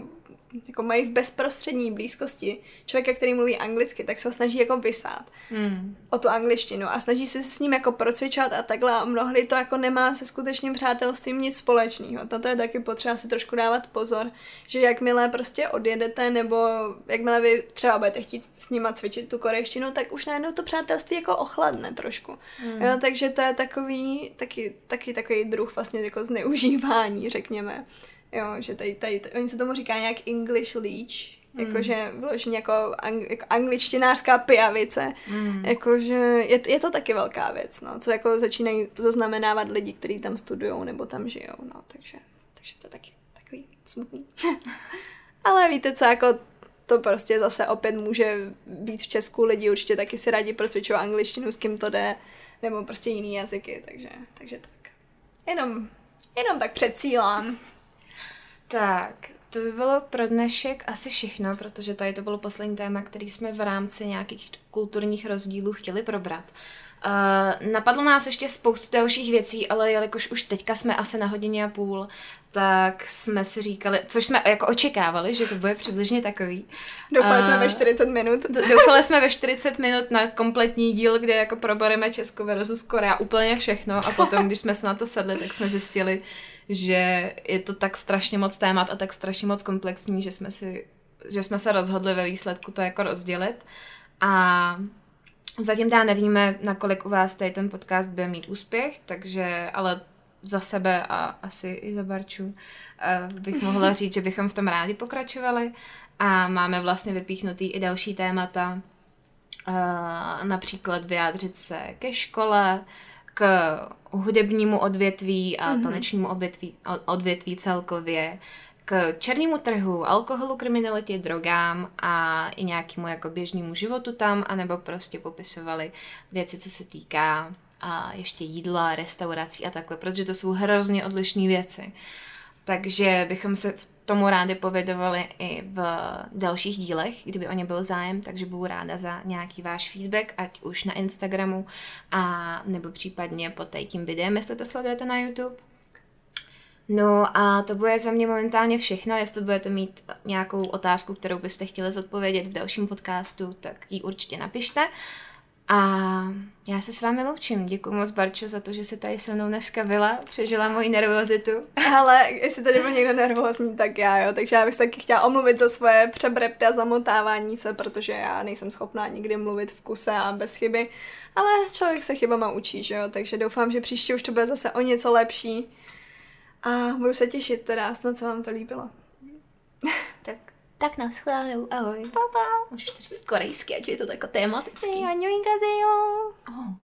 jako mají v bezprostřední blízkosti člověka, který mluví anglicky, tak se ho snaží jako vysát hmm. o tu angličtinu a snaží se s ním jako procvičovat a takhle a mnohdy to jako nemá se skutečným přátelstvím nic společného. Toto je taky potřeba si trošku dávat pozor, že jakmile prostě odjedete nebo jakmile vy třeba budete chtít s nima cvičit tu korejštinu, tak už najednou to přátelství jako ochladne trošku. Hmm. Jo, takže to je takový, taky, taky takový druh vlastně jako zneužívání, řekněme. Jo, že tady, tady, tady, oni se tomu říká nějak English leech, mm. jakože vyloženě jako, ang, jako angličtinářská pijavice, mm. jakože je, je to taky velká věc, no, co jako začínají zaznamenávat lidi, kteří tam studujou nebo tam žijou, no, takže, takže to taky takový smutný. Ale víte co, jako to prostě zase opět může být v Česku, lidi určitě taky si rádi procvičují angličtinu, s kým to jde, nebo prostě jiný jazyky, takže, takže tak. Jenom, jenom tak předsílám.
Tak, to by bylo pro dnešek asi všechno, protože tady to bylo poslední téma, který jsme v rámci nějakých kulturních rozdílů chtěli probrat. Uh, napadlo nás ještě spoustu dalších věcí, ale jelikož už teďka jsme asi na hodině a půl, tak jsme si říkali, což jsme jako očekávali, že to bude přibližně takový.
Doufali uh, jsme ve čtyřicet minut.
Doufali jsme ve čtyřicet minut na kompletní díl, kde jako probereme Česko versus Korea, úplně všechno a potom, když jsme se na to sedli, tak jsme zjistili, že je to tak strašně moc témat a tak strašně moc komplexní, že jsme, si, že jsme se rozhodli ve výsledku to jako rozdělit. A zatím dá nevíme, nakolik u vás tady ten podcast bude mít úspěch, takže ale za sebe a asi i za Barču bych mohla říct, že bychom v tom rádi pokračovali a máme vlastně vypíchnutý i další témata, například vyjádřit se ke škole, k hudebnímu odvětví a tanečnímu odvětví, odvětví celkově, k černému trhu, alkoholu, kriminalitě, drogám a i nějakému jako běžnému životu tam, anebo prostě popisovali věci, co se týká a ještě jídla, restaurací a takhle, protože to jsou hrozně odlišné věci. Takže bychom se v tomu rádi povědovali i v dalších dílech, kdyby o ně byl zájem, takže budu ráda za nějaký váš feedback, ať už na Instagramu a nebo případně pod tím videem, jestli to sledujete na YouTube. No a to bude za mě momentálně všechno, jestli budete mít nějakou otázku, kterou byste chtěli zodpovědět v dalším podcastu, tak ji určitě napište. A já se s vámi loučím. Děkuji moc, Barčo, za to, že se tady se mnou dneska byla, přežila moji nervozitu.
Ale jestli tady byl někdo nervózní, tak já, jo. Takže já bych se taky chtěla omluvit za svoje přebrepty a zamotávání se, protože já nejsem schopná nikdy mluvit v kuse a bez chyby. Ale člověk se chybama učí, že jo. Takže doufám, že příště už to bude zase o něco lepší. A budu se těšit teda, snad se vám to líbilo.
Tak, tak nashledanou, ahoj.
Pa, pa.
Můžu říct korejsky, ať je to tako tématický.
Annyeonghaseyo.
Oh.